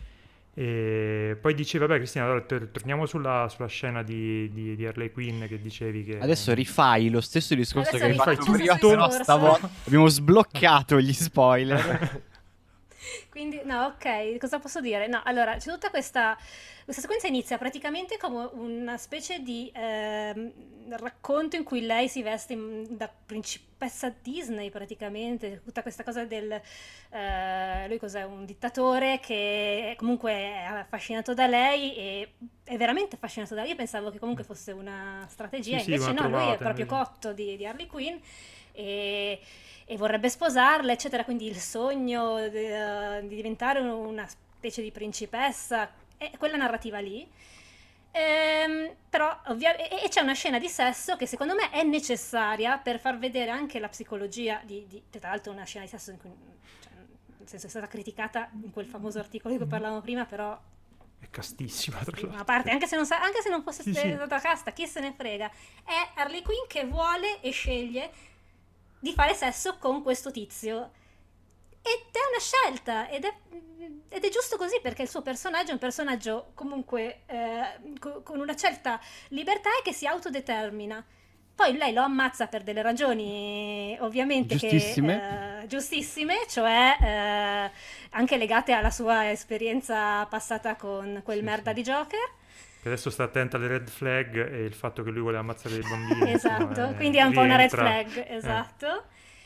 E poi dicevi, vabbè Cristina, allora torniamo sulla scena di Harley Quinn che dicevi che... Adesso rifai lo stesso discorso Adesso che hai rifai fatto lo prima, stesso però discorso. stavolta abbiamo sbloccato gli spoiler. Quindi, no, ok, cosa posso dire? No, allora, c'è tutta questa sequenza inizia praticamente come una specie di racconto in cui lei si veste da principessa Disney, praticamente, tutta questa cosa lui cos'è? Un dittatore che comunque è affascinato da lei e è veramente affascinato da lei. Io pensavo che comunque fosse una strategia, Sì, sì, invece una no, lui è trovata, proprio invece. cotto di Harley Quinn e vorrebbe sposarla, eccetera. Quindi il sogno di diventare una specie di principessa è quella narrativa lì. Però e c'è una scena di sesso che secondo me è necessaria per far vedere anche la psicologia tra l'altro una scena di sesso in cui, cioè, nel senso è stata criticata in quel famoso articolo di cui parlavamo prima, però È castissima, tra prima l'altro. parte, anche se non fosse Sì, sì. stata casta, chi se ne frega. È Harley Quinn che vuole e sceglie di fare sesso con questo tizio. Ed è una scelta, ed è giusto così perché il suo personaggio è un personaggio comunque con una certa libertà e che si autodetermina. Poi lei lo ammazza per delle ragioni ovviamente Giustissime. giustissime, cioè anche legate alla sua esperienza passata con quel Sì, merda sì. di Joker. Che adesso sta attenta alle red flag e il fatto che lui vuole ammazzare dei bambini, insomma, Esatto, quindi è un po' una red rientra. flag, esatto.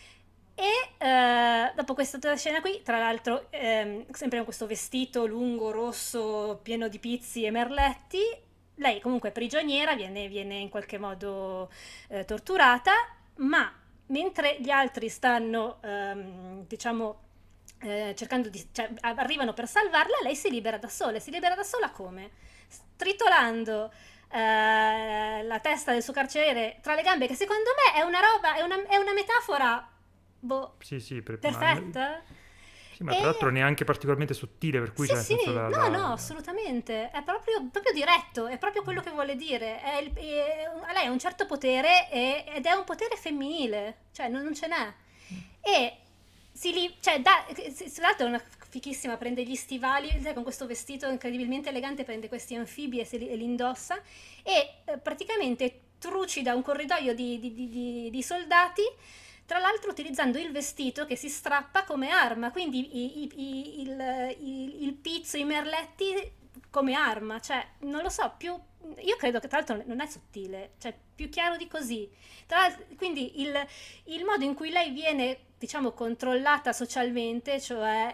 E dopo questa tutta scena qui, tra l'altro, sempre con questo vestito lungo, rosso, pieno di pizzi e merletti, lei comunque è prigioniera, viene in qualche modo torturata, ma mentre gli altri stanno, diciamo, cercando cioè, arrivano per salvarla, lei si libera da sola. Si libera da sola come? Stritolando la testa del suo carceriere tra le gambe, che secondo me è una roba, è una metafora boh, Sì, sì, perfetta. sì, ma tra l'altro neanche particolarmente sottile, per cui Sì, c'è nel sì, senso no, assolutamente. È proprio diretto, è proprio quello che vuole dire. Lei ha un certo potere ed è un potere femminile, cioè non ce n'è. E cioè, tra l'altro è una fichissima, prende gli stivali, sai, con questo vestito incredibilmente elegante, prende questi anfibi e li indossa e praticamente trucida un corridoio di soldati, tra l'altro utilizzando il vestito che si strappa come arma, quindi il pizzo, i merletti come arma, cioè non lo so, io credo che tra l'altro non è sottile, cioè più chiaro di così. Quindi il modo in cui lei viene, diciamo, controllata socialmente, cioè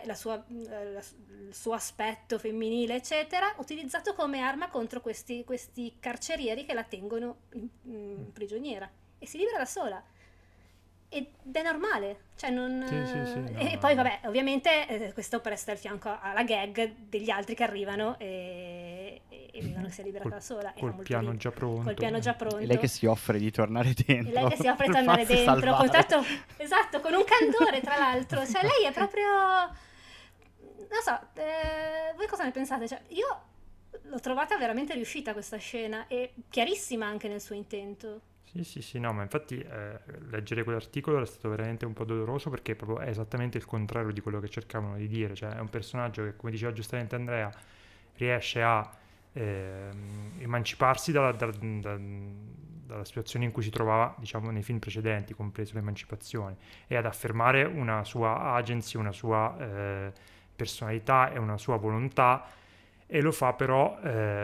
il suo aspetto femminile, eccetera, utilizzato come arma contro questi carcerieri che la tengono prigioniera e si libera da sola. Ed è normale, cioè non... Sì, e poi vabbè, ovviamente questo presta il fianco alla gag degli altri che arrivano e vedono che si è liberata da sola. E fa Col molto piano ridere. già pronto. Col piano già pronto. E lei che si offre di tornare dentro. E lei che si offre di per tornare farsi dentro, salvare. esatto, con un candore tra l'altro. Cioè lei è proprio... Non so, voi cosa ne pensate? Cioè, io l'ho trovata veramente riuscita questa scena e chiarissima anche nel suo intento. Sì, no, ma infatti leggere quell'articolo era stato veramente un po' doloroso perché proprio è esattamente il contrario di quello che cercavano di dire, cioè è un personaggio che, come diceva giustamente Andrea, riesce a emanciparsi dalla situazione in cui si trovava, diciamo, nei film precedenti, compreso l'emancipazione, e ad affermare una sua agency, una sua personalità e una sua volontà, e lo fa però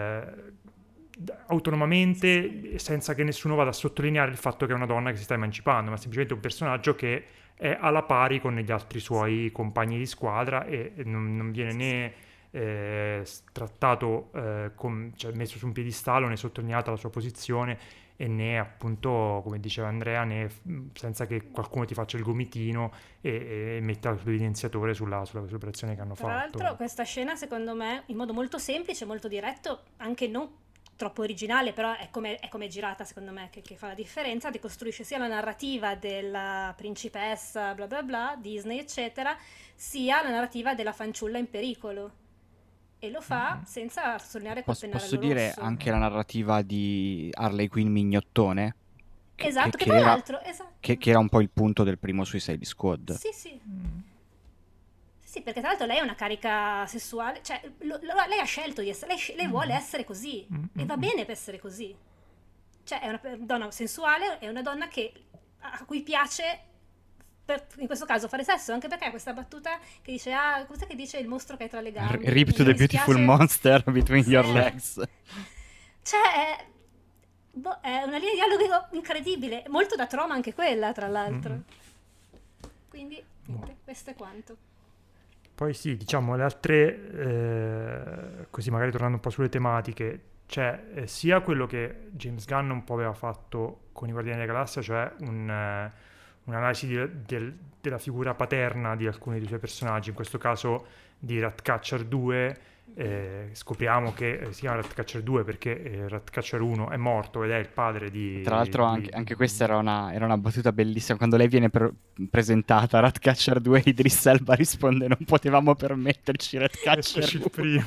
autonomamente, senza che nessuno vada a sottolineare il fatto che è una donna che si sta emancipando, ma semplicemente un personaggio che è alla pari con gli altri suoi compagni di squadra e non viene né trattato, cioè messo su un piedistallo, né sottolineata la sua posizione, e né appunto, come diceva Andrea, né senza che qualcuno ti faccia il gomitino e metta l'evidenziatore sulla operazione che hanno Tra fatto. l'altro questa scena secondo me in modo molto semplice, molto diretto, anche non troppo originale, però è come è girata secondo me che fa la differenza, decostruisce sia la narrativa della principessa bla bla bla, Disney eccetera, sia la narrativa della fanciulla in pericolo. E lo fa senza sottolineare col pennarello Posso dire rosso. anche la narrativa di Harley Quinn mignottone? Esatto, che tra l'altro... Esatto. Che era un po' il punto del primo Suicide Squad. Sì. Sì, perché tra l'altro lei è una carica sessuale, cioè lei ha scelto di essere, lei vuole essere così e va bene per essere così. Cioè è una donna sensuale, è una donna a cui piace in questo caso fare sesso, anche perché questa battuta che dice cos'è che dice il mostro che hai tra le gambe? Rip to the Mi beautiful dispiace. monster between your Sì. legs. Cioè, è una linea di dialogo incredibile, molto da Troma anche quella, tra l'altro. Mm. Quindi, niente, questo è quanto. Poi sì, diciamo le altre, così magari tornando un po' sulle tematiche, c'è sia quello che James Gunn un po' aveva fatto con i Guardiani della Galassia, cioè un'analisi della figura paterna di alcuni dei suoi personaggi, in questo caso di Ratcatcher 2. Scopriamo che si chiama Ratcatcher 2 perché Ratcatcher 1 è morto ed è il padre di... Tra l'altro anche questa era una battuta bellissima. Quando lei viene presentata, Ratcatcher 2, Idris Elba risponde: non potevamo permetterci Ratcatcher il primo.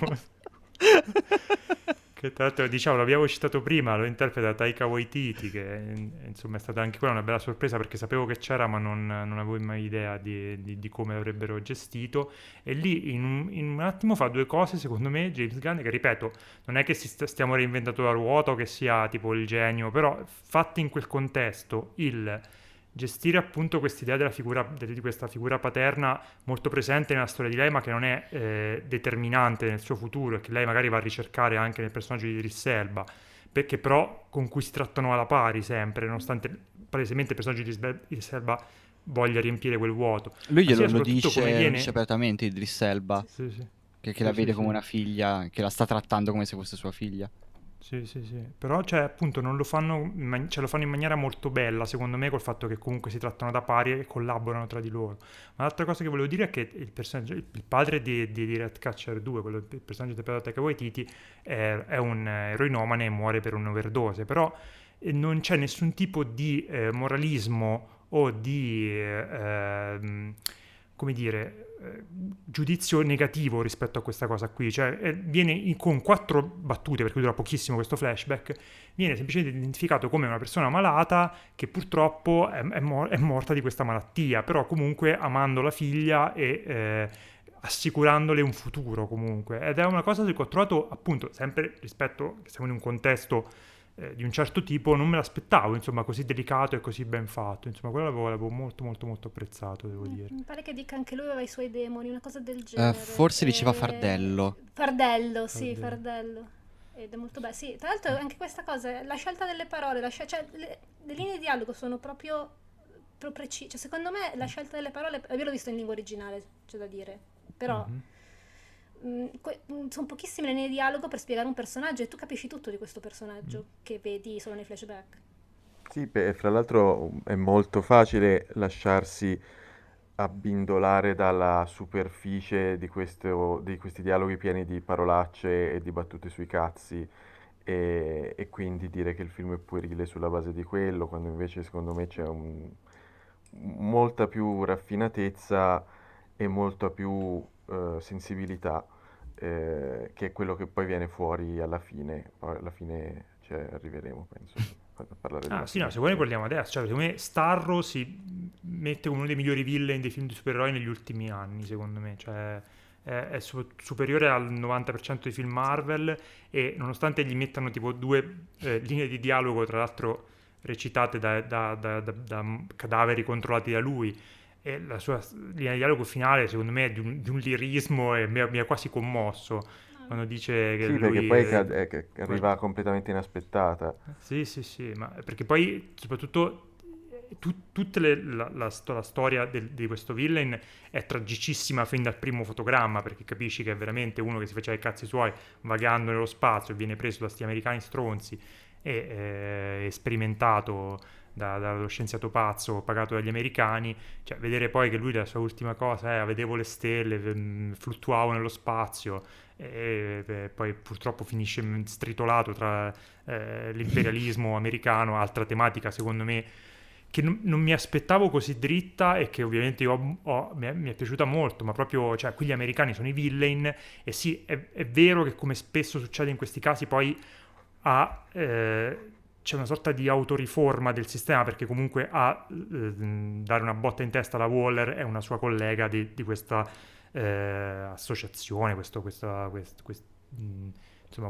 Che tra l'altro, diciamo, l'abbiamo citato prima, lo interpreta Taika Waititi, che insomma è stata anche quella una bella sorpresa perché sapevo che c'era ma non avevo mai idea di come l'avrebbero gestito. E lì in un attimo fa due cose, secondo me, James Gunn, che ripeto, non è che stiamo reinventando la ruota o che sia tipo il genio, però fatti in quel contesto, il gestire appunto quest'idea di questa figura paterna molto presente nella storia di lei, ma che non è determinante nel suo futuro e che lei magari va a ricercare anche nel personaggio di Idris Elba, perché però con cui si trattano alla pari sempre, nonostante palesemente il personaggio di Idris Elba voglia riempire quel vuoto. Lui Ma sia lo soprattutto come dice viene... apertamente, Idris Elba, Sì, sì. che la Sì, vede sì, come sì. una figlia, che la sta trattando come se fosse sua figlia. Sì, sì, sì. Però, cioè, appunto, non lo fanno, lo fanno in maniera molto bella, secondo me, col fatto che comunque si trattano da pari e collaborano tra di loro. Ma l'altra cosa che volevo dire è che il padre di Ratcatcher 2, il personaggio interpretato da Taika Waititi, è un eroinomane e muore per un'overdose. Però non c'è nessun tipo di moralismo o di, come dire, giudizio negativo rispetto a questa cosa qui, cioè viene con 4 battute, per cui dura pochissimo questo flashback, viene semplicemente identificato come una persona malata che purtroppo è morta di questa malattia, però comunque amando la figlia e assicurandole un futuro comunque, ed è una cosa che ho trovato appunto sempre rispetto che siamo in un contesto di un certo tipo, non me l'aspettavo, insomma, così delicato e così ben fatto. Insomma, quello l'avevo molto molto molto apprezzato, devo dire. Mi pare che dica anche lui aveva i suoi demoni, una cosa del genere. Forse diceva Fardello. Fardello, sì, Fardello. Ed è molto bello. Sì, tra l'altro anche questa cosa, la scelta delle parole, cioè le linee di dialogo sono proprio precise. Cioè, secondo me la scelta delle parole, io l'ho visto in lingua originale, c'è da dire, però... sono pochissime le linee di dialogo per spiegare un personaggio e tu capisci tutto di questo personaggio che vedi solo nei flashback. Sì, fra l'altro è molto facile lasciarsi abbindolare dalla superficie di questi dialoghi pieni di parolacce e di battute sui cazzi e quindi dire che il film è puerile sulla base di quello, quando invece secondo me c'è molta più raffinatezza e molta più sensibilità, che è quello che poi viene fuori alla fine. Poi alla fine arriveremo, penso, a parlare della Sì, no, fine. se vuoi ne parliamo adesso. Cioè, secondo me Starro si mette come uno dei migliori villain dei film di supereroi negli ultimi anni, secondo me. Cioè, è superiore al 90% dei film Marvel e nonostante gli mettano tipo 2 linee di dialogo, tra l'altro recitate da cadaveri controllati da lui, e la sua linea di dialogo finale, secondo me, è di un lirismo e mi ha quasi commosso quando dice che Sì, perché lui... poi arriva completamente inaspettata. Sì, sì, sì, ma perché poi soprattutto tutta la storia di questo villain è tragicissima fin dal primo fotogramma, perché capisci che è veramente uno che si faceva i cazzi suoi vagando nello spazio e viene preso da sti americani stronzi e sperimentato dallo scienziato pazzo pagato dagli americani. Cioè, vedere poi che lui la sua ultima cosa è vedevo le stelle, fluttuavo nello spazio e poi purtroppo finisce stritolato tra l'imperialismo americano, altra tematica secondo me che non mi aspettavo così dritta e che ovviamente mi è piaciuta molto, ma proprio, cioè, qui gli americani sono i villain e sì, è vero che come spesso succede in questi casi poi c'è una sorta di autoriforma del sistema, perché comunque dare una botta in testa alla Waller è una sua collega di questa associazione, insomma,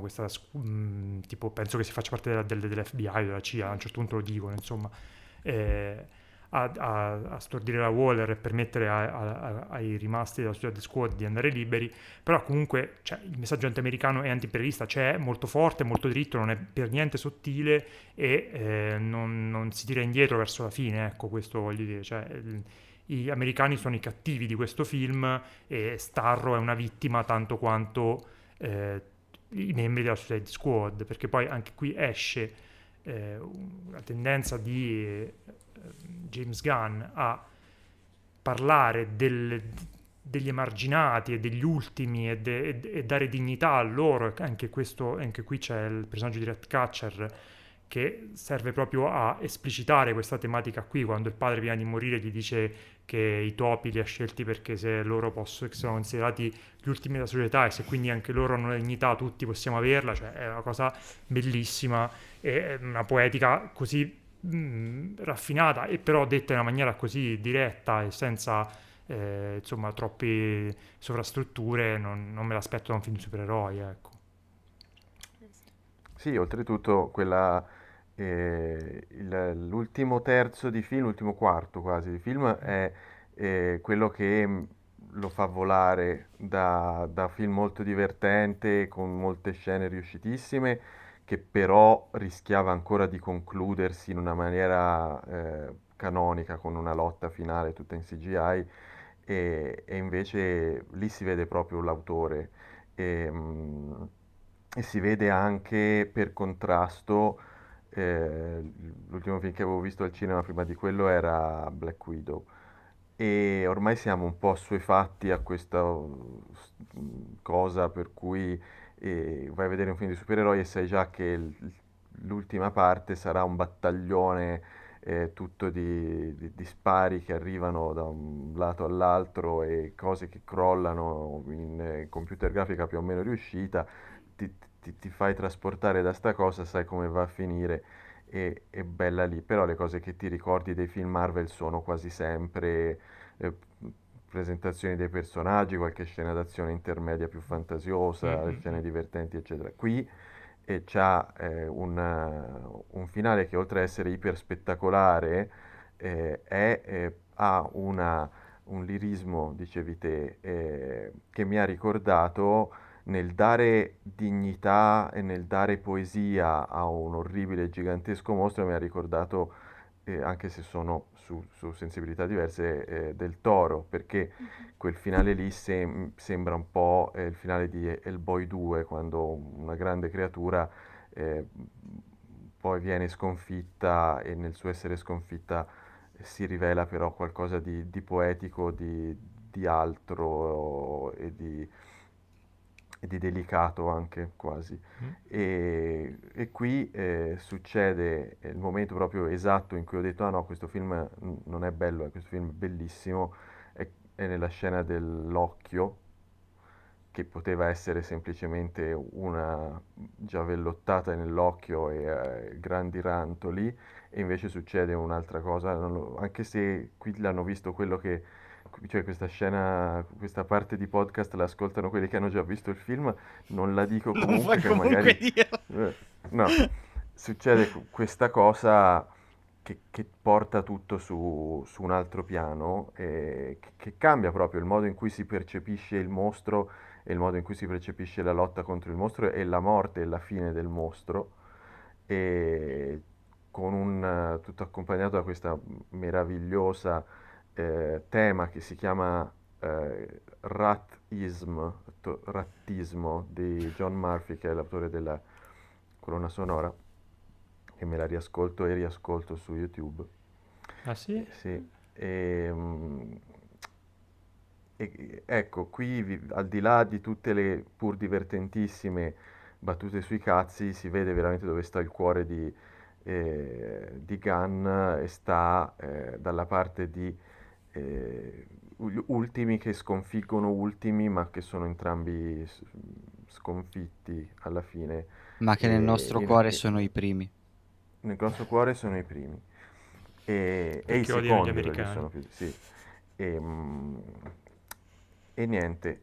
tipo, penso che si faccia parte dell'FBI o della CIA, a un certo punto lo dicono, insomma. a stordire la Waller e permettere ai rimasti della Suicide Squad di andare liberi, però comunque cioè, il messaggio anti-americano e anti-imperialista c'è, molto forte, molto dritto, non è per niente sottile e non si tira indietro verso la fine, ecco, questo voglio dire, cioè, gli americani sono i cattivi di questo film e Starro è una vittima tanto quanto i membri della Suicide Squad, perché poi anche qui esce una tendenza di James Gunn a parlare degli emarginati e degli ultimi e dare dignità a loro. Anche qui c'è il personaggio di Ratcatcher che serve proprio a esplicitare questa tematica qui, quando il padre prima di morire gli dice che i topi li ha scelti perché se loro sono considerati gli ultimi della società e se quindi anche loro hanno la dignità tutti possiamo averla, cioè è una cosa bellissima e una poetica così raffinata e però detta in una maniera così diretta e senza insomma troppe sovrastrutture, non me l'aspetto da un film di supereroi, ecco. Sì, oltretutto l'ultimo terzo di film, l'ultimo quarto quasi di film è quello che lo fa volare da film molto divertente, con molte scene riuscitissime, che però rischiava ancora di concludersi in una maniera canonica, con una lotta finale tutta in CGI, e invece lì si vede proprio l'autore. E, e si vede anche per contrasto, l'ultimo film che avevo visto al cinema prima di quello era Black Widow. E ormai siamo un po' assuefatti a questa cosa per cui vai a vedere un film di supereroi e sai già che l'ultima parte sarà un battaglione tutto di spari che arrivano da un lato all'altro e cose che crollano in computer grafica più o meno riuscita. Ti fai trasportare da sta cosa, sai come va a finire è bella lì, però le cose che ti ricordi dei film Marvel sono quasi sempre eh, presentazioni dei personaggi, qualche scena d'azione intermedia più fantasiosa, scene divertenti, eccetera. Qui c'ha un finale che oltre ad essere iper spettacolare ha un lirismo, dicevi te, che mi ha ricordato nel dare dignità e nel dare poesia a un orribile e gigantesco mostro, mi ha ricordato, anche se sono su sensibilità diverse, del Toro, perché quel finale lì sembra un po' il finale di Hellboy 2, quando una grande creatura eh, poi viene sconfitta e nel suo essere sconfitta si rivela però qualcosa di poetico, di altro e di delicato anche quasi. E qui succede il momento proprio esatto in cui ho detto ah no, questo film non è bello, questo film è bellissimo, è nella scena dell'occhio, che poteva essere semplicemente una giavellottata nell'occhio e grandi rantoli, e invece succede un'altra cosa, anche se qui l'hanno visto quello che, cioè questa scena, questa parte di podcast l'ascoltano quelli che hanno già visto il film, non la dico Non comunque vuoi che comunque magari... dirlo. No, succede questa cosa che porta tutto su un altro piano, che cambia proprio il modo in cui si percepisce il mostro e il modo in cui si percepisce la lotta contro il mostro e la morte e la fine del mostro, e con tutto accompagnato da questa meravigliosa tema che si chiama Rattismo di John Murphy, che è l'autore della colonna sonora, che me la riascolto e riascolto su YouTube. Ah sì? Sì, ecco, qui al di là di tutte le pur divertentissime battute sui cazzi, si vede veramente dove sta il cuore di Gunn, e sta dalla parte di ultimi che sconfiggono ultimi, ma che sono entrambi sconfitti alla fine. Ma che nel nostro E, cuore e- sono i primi. nel nostro cuore sono i primi e i Perché odiano gli secondi perché americani. sono più... Sì. E, e niente,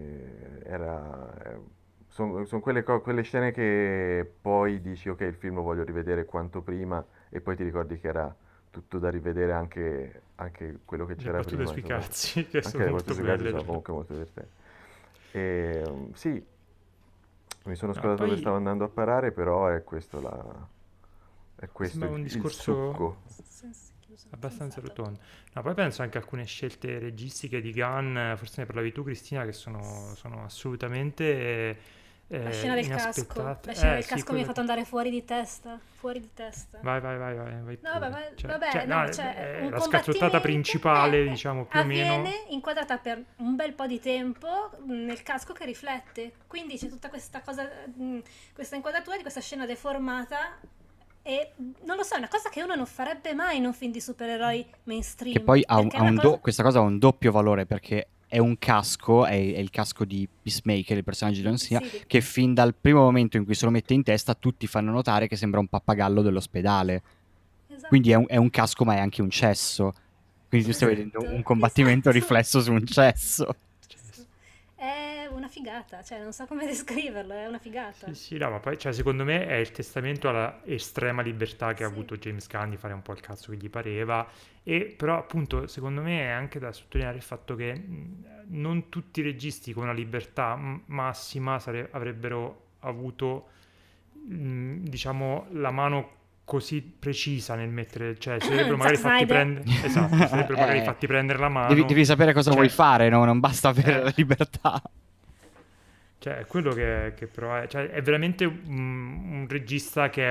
sono quelle scene che poi dici ok, il film lo voglio rivedere quanto prima, e poi ti ricordi che era tutto da rivedere anche quello che Le c'era battute prima, sui insomma. cazzi, che Anche sono le molto battute sui cazzi belle. sono comunque molto divertenti. E, sì, mi sono No, scordato dove stavo poi andando a parare, però è questo è mi questo sembrava un il discorso succo. abbastanza Sensato. rotondo. No, poi penso anche a alcune scelte registiche di Gunn, forse ne parlavi tu Cristina, che sono assolutamente La scena del casco. inaspettate. La scena del Sì, casco mi ha quello fatto che... andare fuori di testa. Fuori di testa. Vai No, vabbè, pure. vabbè, No, no, cioè un la scazzottata combattimento principale, diciamo, più o avviene meno... inquadrata per un bel po' di tempo nel casco che riflette. Quindi c'è tutta questa cosa, questa inquadratura di questa scena deformata e non lo so, è una cosa che uno non farebbe mai in un film di supereroi Che mainstream. poi Perché è una cosa... questa cosa ha un doppio valore perché è un casco, è il casco di Peacemaker, il personaggio di John Cena, Sì, che fin dal primo momento in cui se lo mette in testa tutti fanno notare che sembra un pappagallo dell'ospedale. Quindi esatto. è un casco ma è anche un cesso. Quindi tu stai vedendo Esatto, un combattimento esatto. riflesso su un cesso. È una figata, cioè non so come descriverlo, è una figata. Sì, no, ma poi, cioè, secondo me è il testamento alla estrema libertà che ha Sì. avuto James Gunn di fare un po' il cazzo che gli pareva, e però appunto secondo me è anche da sottolineare il fatto che non tutti i registi con una libertà massima avrebbero avuto, diciamo, la mano così precisa nel mettere, cioè si sarebbero magari Zack fatti Snyder. prendere, esatto, si sarebbero magari fatti prendere la mano, Devi sapere cosa cioè, vuoi fare, no? Non basta avere la libertà. cioè, è quello che però è, cioè, è veramente un regista che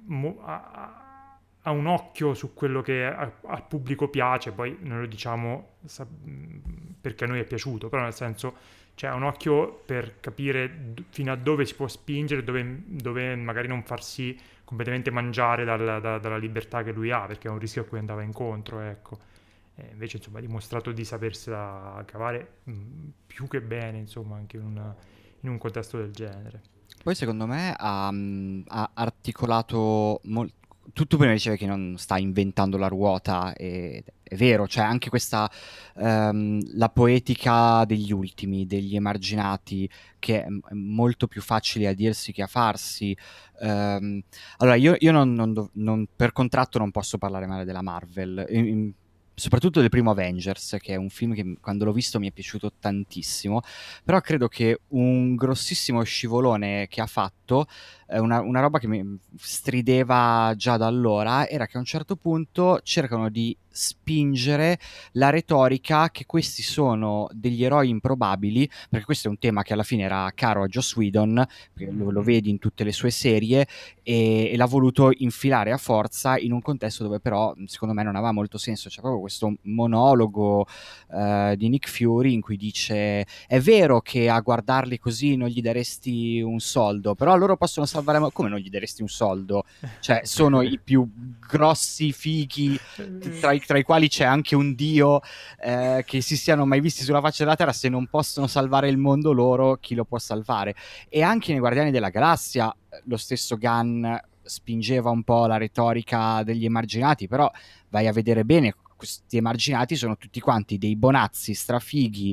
ha un occhio su quello che al pubblico piace, poi non lo diciamo perché a noi è piaciuto, però nel senso, cioè, ha un occhio per capire fino a dove si può spingere, dove magari non farsi completamente mangiare dalla libertà che lui ha, perché è un rischio a cui andava incontro, ecco. E invece, insomma, ha dimostrato di sapersela cavare più che bene, insomma, anche in un contesto del genere. Poi secondo me ha articolato tu prima dicevi che non sta inventando la ruota, e è vero, cioè anche questa la poetica degli ultimi, degli emarginati, che è molto più facile a dirsi che a farsi. Allora io per contratto non posso parlare male della Marvel, soprattutto del primo Avengers, che è un film che quando l'ho visto mi è piaciuto tantissimo, però credo che un grossissimo scivolone che ha fatto, una roba che mi strideva già da allora, era che a un certo punto cercano di spingere la retorica che questi sono degli eroi improbabili, perché questo è un tema che alla fine era caro a Joss Whedon, perché lo vedi in tutte le sue serie, e l'ha voluto infilare a forza in un contesto dove però secondo me non aveva molto senso. C'è proprio questo monologo di Nick Fury in cui dice: è vero che a guardarli così non gli daresti un soldo, però loro possono salvare... Come non gli daresti un soldo? Cioè sono i più grossi fighi, tra i quali c'è anche un dio che si siano mai visti sulla faccia della terra. Se non possono salvare il mondo loro, chi lo può salvare? E anche nei Guardiani della Galassia lo stesso Gunn spingeva un po' la retorica degli emarginati, però vai a vedere bene, questi emarginati sono tutti quanti dei bonazzi strafighi,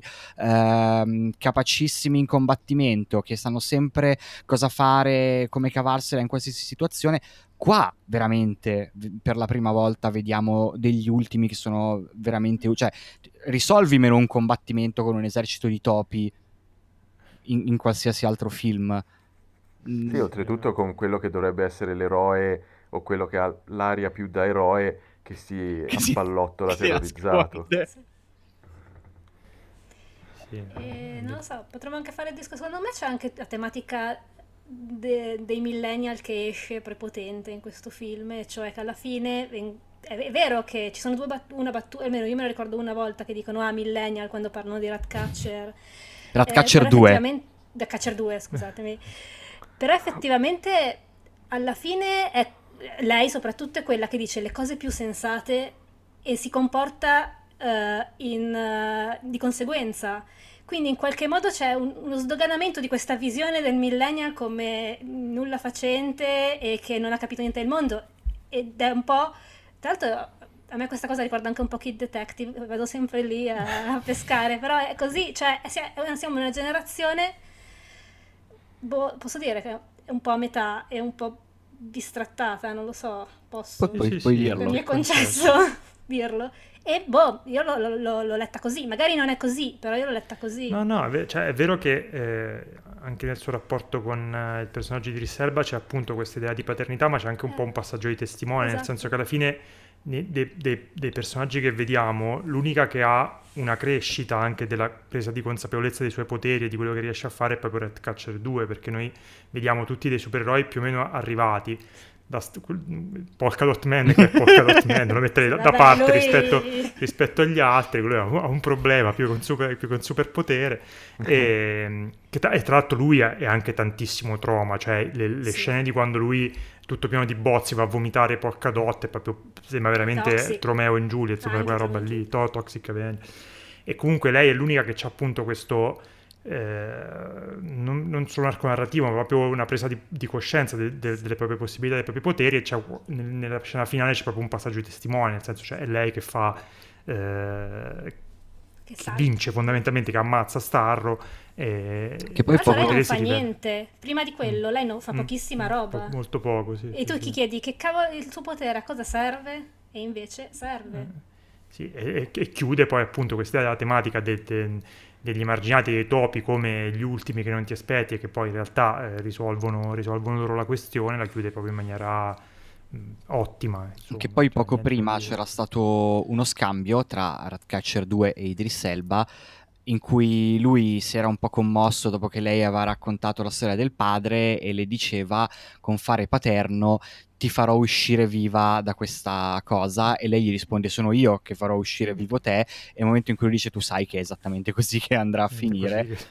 capacissimi in combattimento, che sanno sempre cosa fare, come cavarsela in qualsiasi situazione. Qua veramente per la prima volta vediamo degli ultimi che sono veramente, cioè risolvimelo un combattimento con un esercito di topi in qualsiasi altro film. Sì, oltretutto con quello che dovrebbe essere l'eroe o quello che ha l'aria più da eroe che si appallottola terrorizzato. Sì. Non lo so, potremmo anche fare il discorso. Secondo me c'è anche la tematica dei millennial che esce prepotente in questo film, e cioè che alla fine è vero che ci sono una battuta, almeno io me lo ricordo una volta, che dicono millennial quando parlano di Ratcatcher. Ratcatcher 2. Ratcatcher 2, scusatemi. Però effettivamente alla fine lei soprattutto è quella che dice le cose più sensate e si comporta di conseguenza. Quindi in qualche modo c'è uno sdoganamento di questa visione del millennial come nulla facente e che non ha capito niente del mondo, ed è un po', tra l'altro a me questa cosa ricorda anche un po' Kid Detective, vado sempre lì a pescare, però è così, cioè siamo una generazione, posso dire che è un po' a metà, è un po' distrattata, non lo so, Poi, posso? puoi dirlo. Mi è concesso dirlo. E io l'ho letta così, magari non è così, però io l'ho letta così. No, cioè, è vero che anche nel suo rapporto con il personaggio di Idris Elba c'è appunto questa idea di paternità, ma c'è anche un po' un passaggio di testimone, nel Esatto. senso che alla fine dei personaggi che vediamo, l'unica che ha una crescita anche della presa di consapevolezza dei suoi poteri e di quello che riesce a fare è proprio Ratcatcher 2, perché noi vediamo tutti dei supereroi più o meno arrivati. Polka Dot Man, che è Polka Dot Man, lo metterei da Vabbè, parte rispetto agli altri. Lui ha un problema più con superpotere e tra l'altro lui è anche tantissimo trauma, cioè le Sì. scene di quando lui tutto pieno di bozzi va a vomitare Polka Dot, è proprio, sembra veramente Toxic. Romeo e Juliet, Anche quella roba Romeo e lì, Toxic Avenger. E comunque lei è l'unica che c'ha appunto questo non solo un arco narrativo, ma proprio una presa di coscienza delle proprie possibilità, dei propri poteri, e nella scena finale c'è proprio un passaggio di testimone, nel senso, cioè è lei che fa Che che salta. vince fondamentalmente, che ammazza Starro e Che poi Tra l'altro poco- lei non si fa rivela. niente. Prima di quello lei non fa pochissima roba. Molto poco, sì. E tu sì, chi sì. chiedi che cavolo il suo potere a cosa serve? E invece serve. Sì, e chiude poi appunto questa idea della tematica degli emarginati, dei topi come gli ultimi che non ti aspetti e che poi in realtà risolvono loro la questione, la chiude proprio in maniera ottima. Insomma. Che poi Cioè, poco niente da prima dire. c'era stato uno scambio tra Ratcatcher 2 e Idris Elba, in cui lui si era un po' commosso dopo che lei aveva raccontato la storia del padre e le diceva con fare paterno ti farò uscire viva da questa cosa, e lei gli risponde sono io che farò uscire vivo te, e nel momento in cui lui dice tu sai che è esattamente così che andrà a finire. Così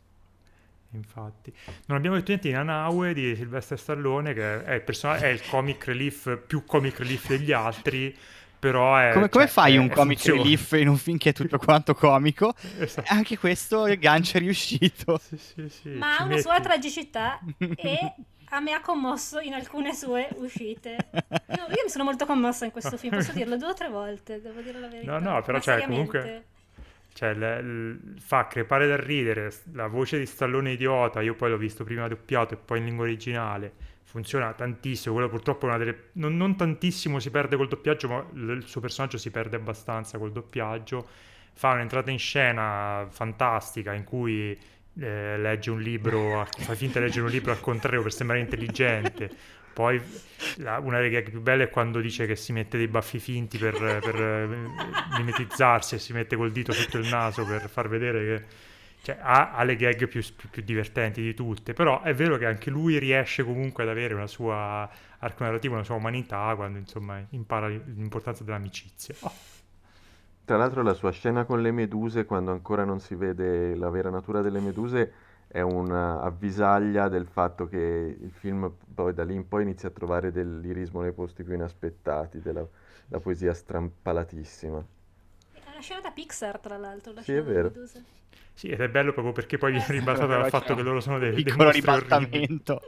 infatti non abbiamo detto niente di Nanaue di Sylvester Stallone, che è il comic relief più comic relief degli altri, però Come fai un comic funziona. relief in un film che è tutto quanto comico? Esatto. Anche questo il gancio è riuscito. Sì, Ma ci ha una metti- sua tragicità e a me ha commosso in alcune sue uscite. Io mi sono molto commossa in questo film, posso dirlo 2 o 3 volte, devo dire la verità. No, però Ma cioè, seriamente. comunque cioè, fa crepare dal ridere la voce di Stallone idiota. Io poi l'ho visto prima doppiato e poi in lingua originale. Funziona tantissimo. Quello purtroppo è una delle. Non tantissimo si perde col doppiaggio, ma il suo personaggio si perde abbastanza col doppiaggio. Fa un'entrata in scena fantastica in cui legge un libro, fa finta di leggere un libro al contrario per sembrare intelligente. Poi una delle gag più belle è quando dice che si mette dei baffi finti per mimetizzarsi, e si mette col dito sotto il naso per far vedere che cioè, ha le gag più divertenti di tutte. Però è vero che anche lui riesce comunque ad avere una sua arco narrativo, una sua umanità quando insomma impara l'importanza dell'amicizia. Tra l'altro la sua scena con le meduse, quando ancora non si vede la vera natura delle meduse, è una avvisaglia del fatto che il film poi da lì in poi inizia a trovare del lirismo nei posti più inaspettati, la poesia strampalatissima. È una scena da Pixar, tra l'altro, la Sì, scena è delle vero. meduse. Sì, ed è bello proprio perché poi viene ribaltato Però dal c'è fatto che un loro sono dei piccolo mostri orribili. ribaltamento.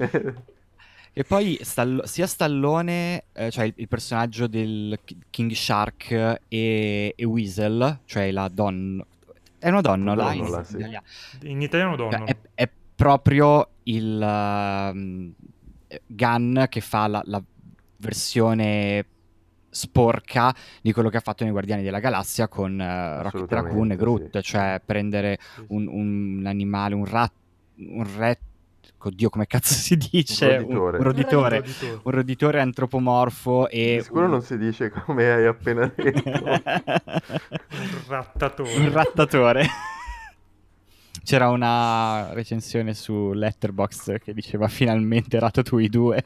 E poi sia Stallone, cioè il personaggio del King Shark e Weasel, cioè la donna. È una donna, là in Donnola, sì. Italia. In italiano Cioè, donno. è proprio il Gunn che fa la versione sporca di quello che ha fatto nei Guardiani della Galassia con Rocket Raccoon e Assolutamente, Groot, sì. cioè prendere Sì, sì. un animale, oddio come cazzo si dice? roditore. Un roditore. Roditore. Un roditore antropomorfo e Di sicuro non si dice come hai appena detto. Un rattatore. un rattatore. C'era una recensione su Letterboxd che diceva finalmente Ratatouille 2.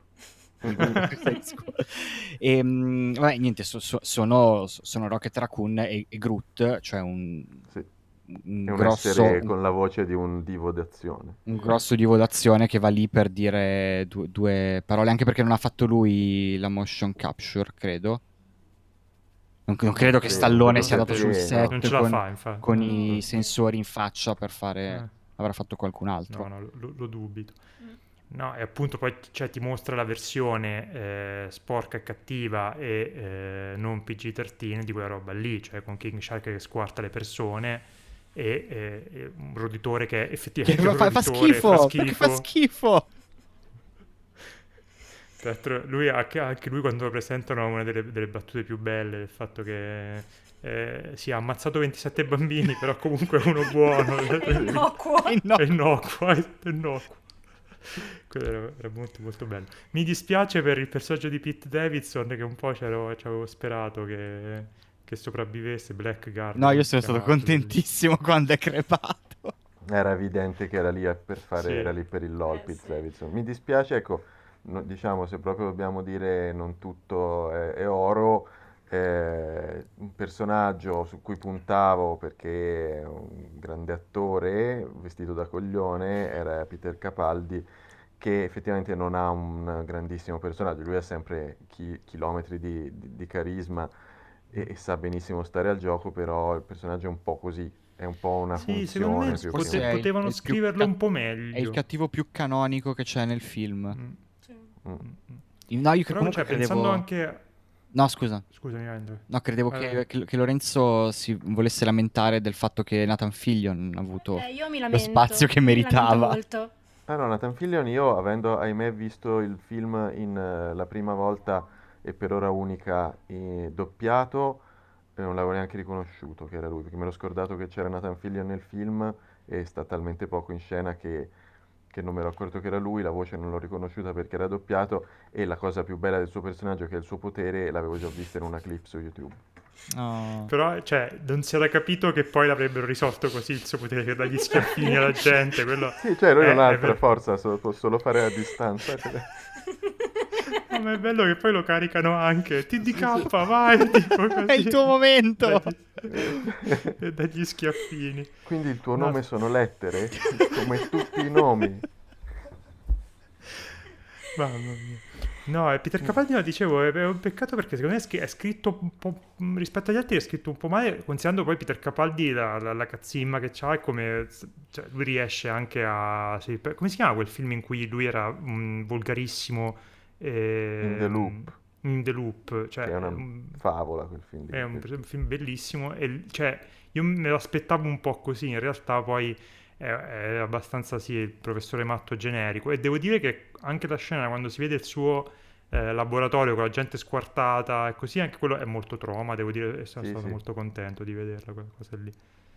E vabbè, niente, sono Rocket Raccoon e Groot, cioè un Sì. un È un grosso, essere con la voce di un divo d'azione. un grosso divo d'azione che va lì per dire due parole, anche perché non ha fatto lui la motion capture, credo. Non credo che Sì, Stallone non sia andato credo, sul sì, set Non ce la fa, infatti. con No, i sensori in faccia per fare... Avrà fatto qualcun altro. no, lo dubito. No, e appunto poi cioè, ti mostra la versione sporca e cattiva e non PG-13 di quella roba lì, cioè con King Shark che squarta le persone e un roditore che effettivamente Che è un fa roditore, schifo, perché fa schifo. Tra l'altro lui, anche lui quando lo presentano ha una delle battute più belle, il fatto che sì, ha ammazzato 27 bambini, però comunque è uno buono. È innocuo. È innocuo, è innocuo. Quello era molto molto bello. Mi dispiace per il personaggio di Pete Davidson, che un po' ci avevo sperato che sopravvivesse. Blackguard, No, io come sono si stato chiamava? contentissimo quando è crepato. Era evidente che era lì per fare, Sì. era lì per il LOL, Pete Sì. Davidson. Mi dispiace, ecco, diciamo, se proprio dobbiamo dire non tutto è oro, un personaggio su cui puntavo perché è un grande attore, vestito da coglione, era Peter Capaldi, che effettivamente non ha un grandissimo personaggio, lui ha sempre chilometri di carisma e sa benissimo stare al gioco, però il personaggio è un po' così, è un po' una Sì, secondo me funzione più Forse che è potevano il più scriverlo un po' meglio. È il cattivo più canonico che c'è nel film. Mm, Sì. Mm. No, io Però comunque cioè, pensando credevo... anche... No, scusa. Scusami, Andrew. No, credevo Eh, che Lorenzo si volesse lamentare del fatto che Nathan Fillion ha avuto Io mi lo lamento. spazio che Mi lamento meritava. molto. No, Nathan Fillion, io avendo ahimè visto il film la prima volta e per ora unica doppiato, non l'avevo neanche riconosciuto che era lui, perché me l'ho scordato che c'era Nathan Fillion nel film e sta talmente poco in scena che non me l'ho accorto che era lui, la voce non l'ho riconosciuta perché era doppiato e la cosa più bella del suo personaggio, che è il suo potere, l'avevo già vista in una clip su YouTube. Oh. Però, cioè, non si era capito che poi l'avrebbero risolto così il suo potere che dagli schiaffini alla gente. Quello Sì, cioè lui non ha è altra forza, può solo fare a distanza. No, ma è bello che poi lo caricano anche. TDK, vai! Tipo così. È il tuo momento! Dagli schiaffini. Quindi il tuo No. nome sono lettere, come tutti i nomi. Mamma mia. No, e Peter Capaldi, no, dicevo, è un peccato perché secondo me è scritto un po', rispetto agli altri è scritto un po' male, considerando poi Peter Capaldi la cazzimma che c'ha e come cioè, lui riesce anche a... come si chiama quel film in cui lui era volgarissimo? In The Loop, In The Loop, cioè... che è una favola quel film lì. È un film bellissimo e cioè io me lo aspettavo un po' così, in realtà poi è abbastanza sì il professore matto generico e devo dire che anche la scena quando si vede il suo laboratorio con la gente squartata e così anche quello è molto trauma, devo dire, e sono Sì, stato sì. molto contento di vederla quella cosa lì.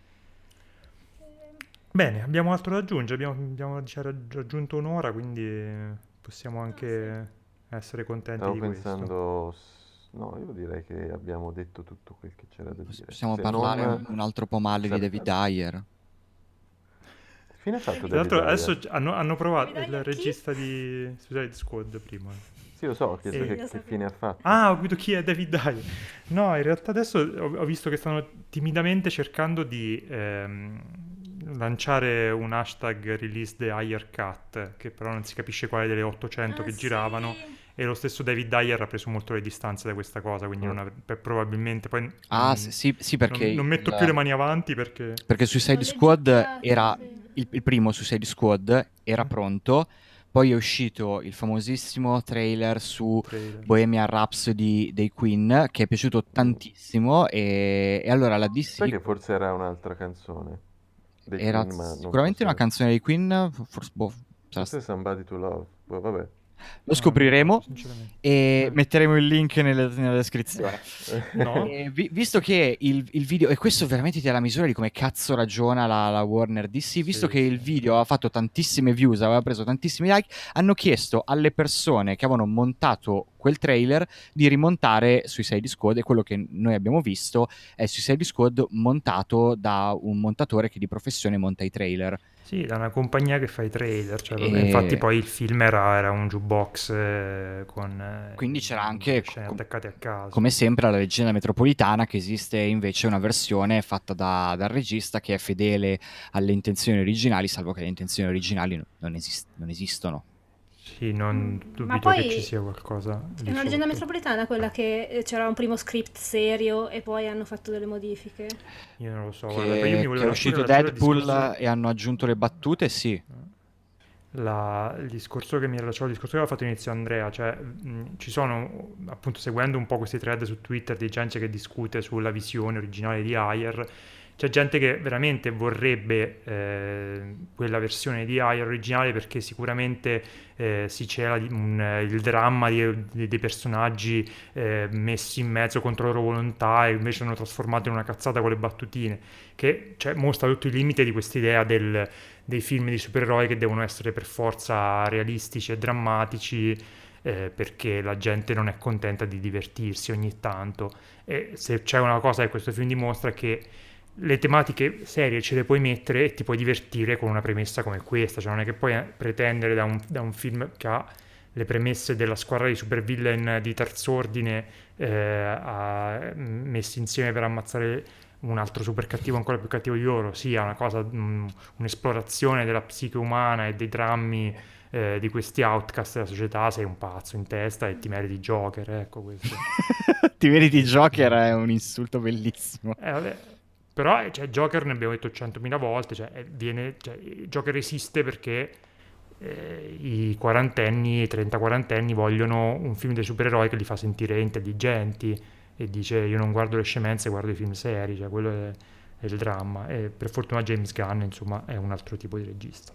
Bene, abbiamo altro da aggiungere, abbiamo raggiunto un'ora, quindi possiamo anche essere contenti Stavo di questo. pensando, no, io direi che abbiamo detto tutto quel che c'era da dire. Possiamo Se parlare non- un altro po' male di David Ayer. Che fine ha fatto Tra l'altro David adesso Ayer? hanno provato David Ayer il chi? regista di Suicide Squad prima. Sì, lo so, ho chiesto E- che fine ha fatto. Ah, ho capito chi è David Ayer. No, in realtà adesso ho visto che stanno timidamente cercando di lanciare un hashtag release the Ayer Cut, che però non si capisce quale delle 800 che giravano. Sì. E lo stesso David Ayer ha preso molto le distanze da questa cosa, quindi probabilmente poi Sì, perché non metto più le mani avanti perché... perché Suicide L'ho Squad leggiucchiato, era sì. il primo Suicide Squad era pronto, poi è uscito il famosissimo trailer su trailer. Bohemian Rhapsody dei Queen che è piaciuto tantissimo e allora la DC Sai che forse era un'altra canzone dei era Queen, ma non sicuramente una fosse- canzone dei Queen, forse sarà Forse Somebody to Love, poi vabbè. lo scopriremo Sinceramente. e metteremo il link nella descrizione. No? E visto che il video, e questo veramente ti dà la misura di come cazzo ragiona la Warner DC, visto Sì, che il sì. video ha fatto tantissime views, aveva preso tantissimi like, hanno chiesto alle persone che avevano montato quel trailer di rimontare Suicide Squad, e quello che noi abbiamo visto è Suicide Squad montato da un montatore che di professione monta i trailer. Sì, da una compagnia che fa i trailer, cioè, E- infatti poi il film era un jukebox con Quindi c'era anche, le scene attaccate a caso. come sempre, alla leggenda metropolitana, che esiste invece una versione fatta dal regista che è fedele alle intenzioni originali, salvo che le intenzioni originali non esistono. Sì, non Ma dubito poi che ci sia qualcosa è di una leggenda sotto. metropolitana quella che c'era un primo script serio e poi hanno fatto delle modifiche. Io non lo so, guarda, poi io mi Che volevo è uscito raccontare il Deadpool discorso- e hanno aggiunto le battute, sì. il discorso che mi rilacciò, il discorso che aveva fatto inizio Andrea, cioè ci sono, appunto seguendo un po' questi thread su Twitter di gente che discute sulla visione originale di Ayer, c'è gente che veramente vorrebbe quella versione di AI originale perché sicuramente si cela il dramma dei personaggi messi in mezzo contro la loro volontà, e invece hanno trasformato in una cazzata con le battutine, che mostra tutto il limite di quest'idea dei film di supereroi che devono essere per forza realistici e drammatici, perché la gente non è contenta di divertirsi ogni tanto. E se c'è una cosa che questo film dimostra è che le tematiche serie ce le puoi mettere e ti puoi divertire con una premessa come questa, cioè non è che puoi pretendere da un film che ha le premesse della squadra di supervillain di terz'ordine messi insieme per ammazzare un altro super cattivo ancora più cattivo di loro, sia una cosa, un'esplorazione della psiche umana e dei drammi di questi outcast della società. Sei un pazzo in testa e ti meriti Joker, ecco questo. Ti meriti Joker è un insulto bellissimo. Vabbè. Però Joker ne abbiamo detto 100.000 volte, Joker esiste perché i quarantenni, i 30-40enni vogliono un film dei supereroi che li fa sentire intelligenti, e dice io non guardo le scemenze, guardo i film seri, cioè quello è il dramma, e per fortuna James Gunn insomma è un altro tipo di regista.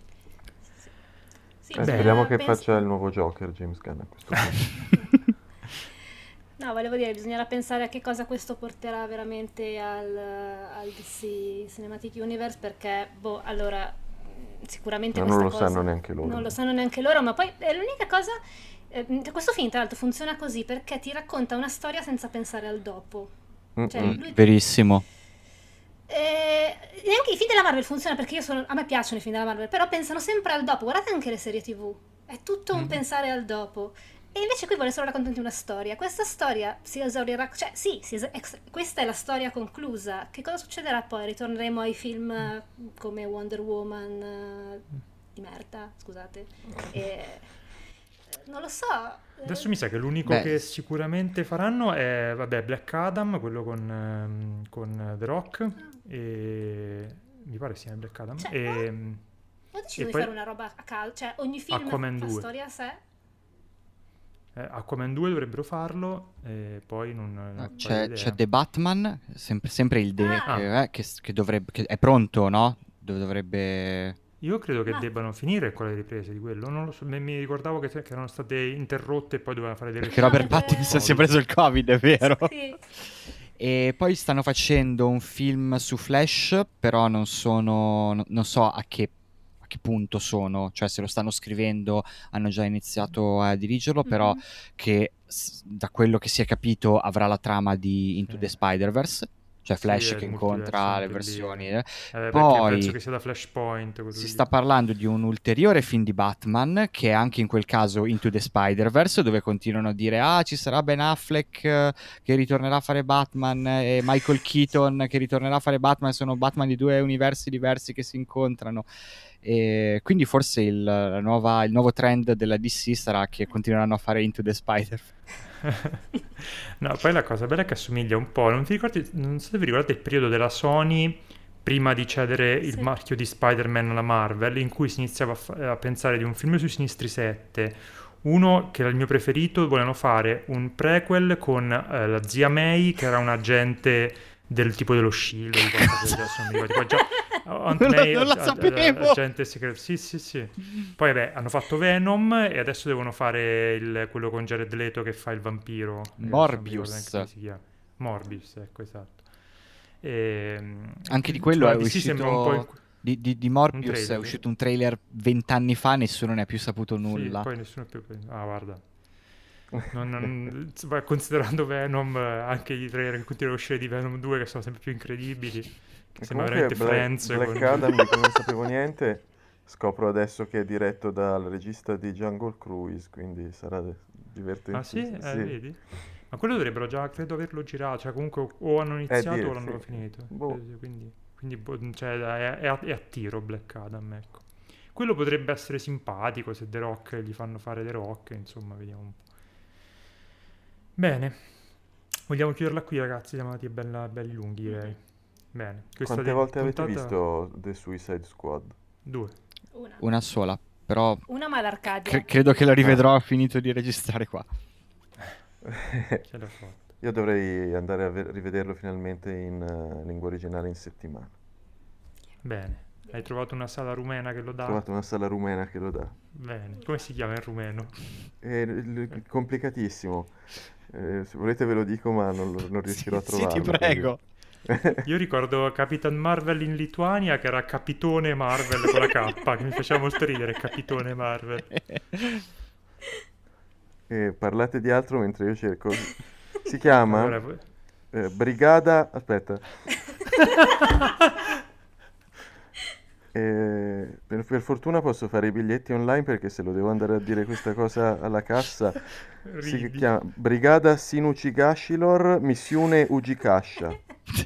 Sì, speriamo che faccia il nuovo Joker James Gunn a questo punto. No, volevo dire, bisognerà pensare a che cosa questo porterà veramente al DC Cinematic Universe, perché, allora, sicuramente ma questa non lo cosa... sanno neanche loro. Non lo sanno neanche loro, ma poi è l'unica cosa... questo film, tra l'altro, funziona così, perché ti racconta una storia senza pensare al dopo. Cioè, verissimo. Neanche i film della Marvel funzionano, perché a me piacciono i film della Marvel, però pensano sempre al dopo. Guardate anche le serie TV, è tutto un pensare al dopo. E invece qui vuole solo raccontarti una storia. Questa storia si esaurirà, cioè sì, questa è la storia conclusa. Che cosa succederà poi? Ritorneremo ai film come Wonder Woman di merda, scusate. Non lo so. Adesso mi sa che l'unico che sicuramente faranno è Black Adam, quello con The Rock, e mi pare sia Black Adam. Ho deciso di fare una roba a caso, cioè ogni film Aquaman fa 2. storia a sé. Aquaman 2 dovrebbero farlo, e poi non c'è The Batman, sempre il che dovrebbe, che è pronto, no? Dovrebbe... Io credo che debbano finire con le riprese di quello, non lo so, mi ricordavo che erano state interrotte e poi dovevano fare delle perché Robert Pattinson si è preso il Covid, è vero? Sì. E poi stanno facendo un film su Flash, però non so a che punto sono, cioè se lo stanno scrivendo, hanno già iniziato a dirigerlo, però che da quello che si è capito avrà la trama di Into the Spider-Verse, cioè Flash che incontra le versioni. Poi penso che sia da Flashpoint. Si sta parlando di un ulteriore film di Batman, che è anche in quel caso Into the Spider-Verse, dove continuano a dire ci sarà Ben Affleck che ritornerà a fare Batman e Michael Keaton che ritornerà a fare Batman, sono Batman di due universi diversi che si incontrano. E quindi forse il nuovo trend della DC sarà che continueranno a fare Into the Spider. No, poi la cosa bella è che assomiglia un po', non so se vi ricordate il periodo della Sony prima di cedere il marchio di Spider-Man alla Marvel, in cui si iniziava a pensare di un film sui Sinistri 7, uno che era il mio preferito. Volevano fare un prequel con la zia May, che era un agente del tipo dello Shield, di qualcosa adesso non mi ricordo. Già non la sapevo. Agente segreto. Sì. Poi hanno fatto Venom e adesso devono fare quello con Jared Leto che fa il vampiro. Morbius, ecco, esatto. Anche di quello è uscito sembra un po' di Morbius è uscito un trailer 20 anni fa, nessuno ne ha più saputo nulla. Poi nessuno più guarda. Considerando Venom, anche i trailer che continuano a uscire di Venom 2 che sono sempre più incredibili, sembra veramente Friends. Black Adam, di cui non sapevo niente, scopro adesso che è diretto dal regista di Jungle Cruise, quindi sarà divertente. Ah sì? Vedi? Ma quello dovrebbero già, credo, averlo girato, cioè comunque o hanno iniziato o l'hanno finito. Quindi è a tiro Black Adam, ecco. Quello potrebbe essere simpatico se The Rock gli fanno fare The Rock, insomma, vediamo un po'. Bene, vogliamo chiuderla qui, ragazzi, siamo andati belli lunghi, direi. Bene. Quante volte avete visto The Suicide Squad? 2. Una sola, però una ma all'Arcadia. credo che la rivedrò finito di registrare qua. Ce l'ho fatta. Io dovrei andare a rivederlo finalmente in lingua originale in settimana. Bene. Hai trovato una sala rumena che lo Ho dà? trovato una sala rumena che lo dà. Bene. Come si chiama in rumeno? È complicatissimo. Se volete ve lo dico, ma non riuscirò a Sì, ti trovarlo. prego. Io ricordo Capitan Marvel in Lituania che era Capitone Marvel con la K, che mi faceva molto ridere, Capitone Marvel. Parlate di altro mentre io cerco. Si chiama Allora, Brigada. Aspetta. Per fortuna posso fare i biglietti online, perché se lo devo andare a dire questa cosa alla cassa, si ridi. chiama Brigada Sinucigashilor Missione Ugikasha.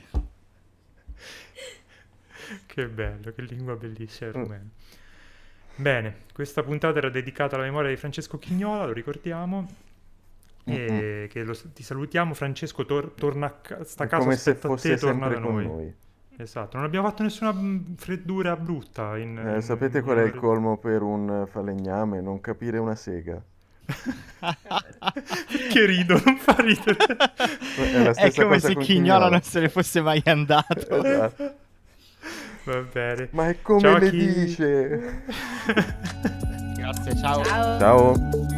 Che bello, che lingua bellissima il rumeno. Bene, questa puntata era dedicata alla memoria di Francesco Chignola, lo ricordiamo. E che ti salutiamo, Francesco, torna sta È casa, come se aspetta a fosse te, torna sempre da con noi. noi. Esatto, non abbiamo fatto nessuna freddura brutta Sapete qual è il colmo per un falegname? Non capire una sega. Perché rido? Non fa ridere. È la È stessa come cosa se con Chignola non se ne fosse mai andato. Esatto. Va bene. Ma è come Ciao, le Chi. dice. Grazie, ciao. Ciao. Ciao.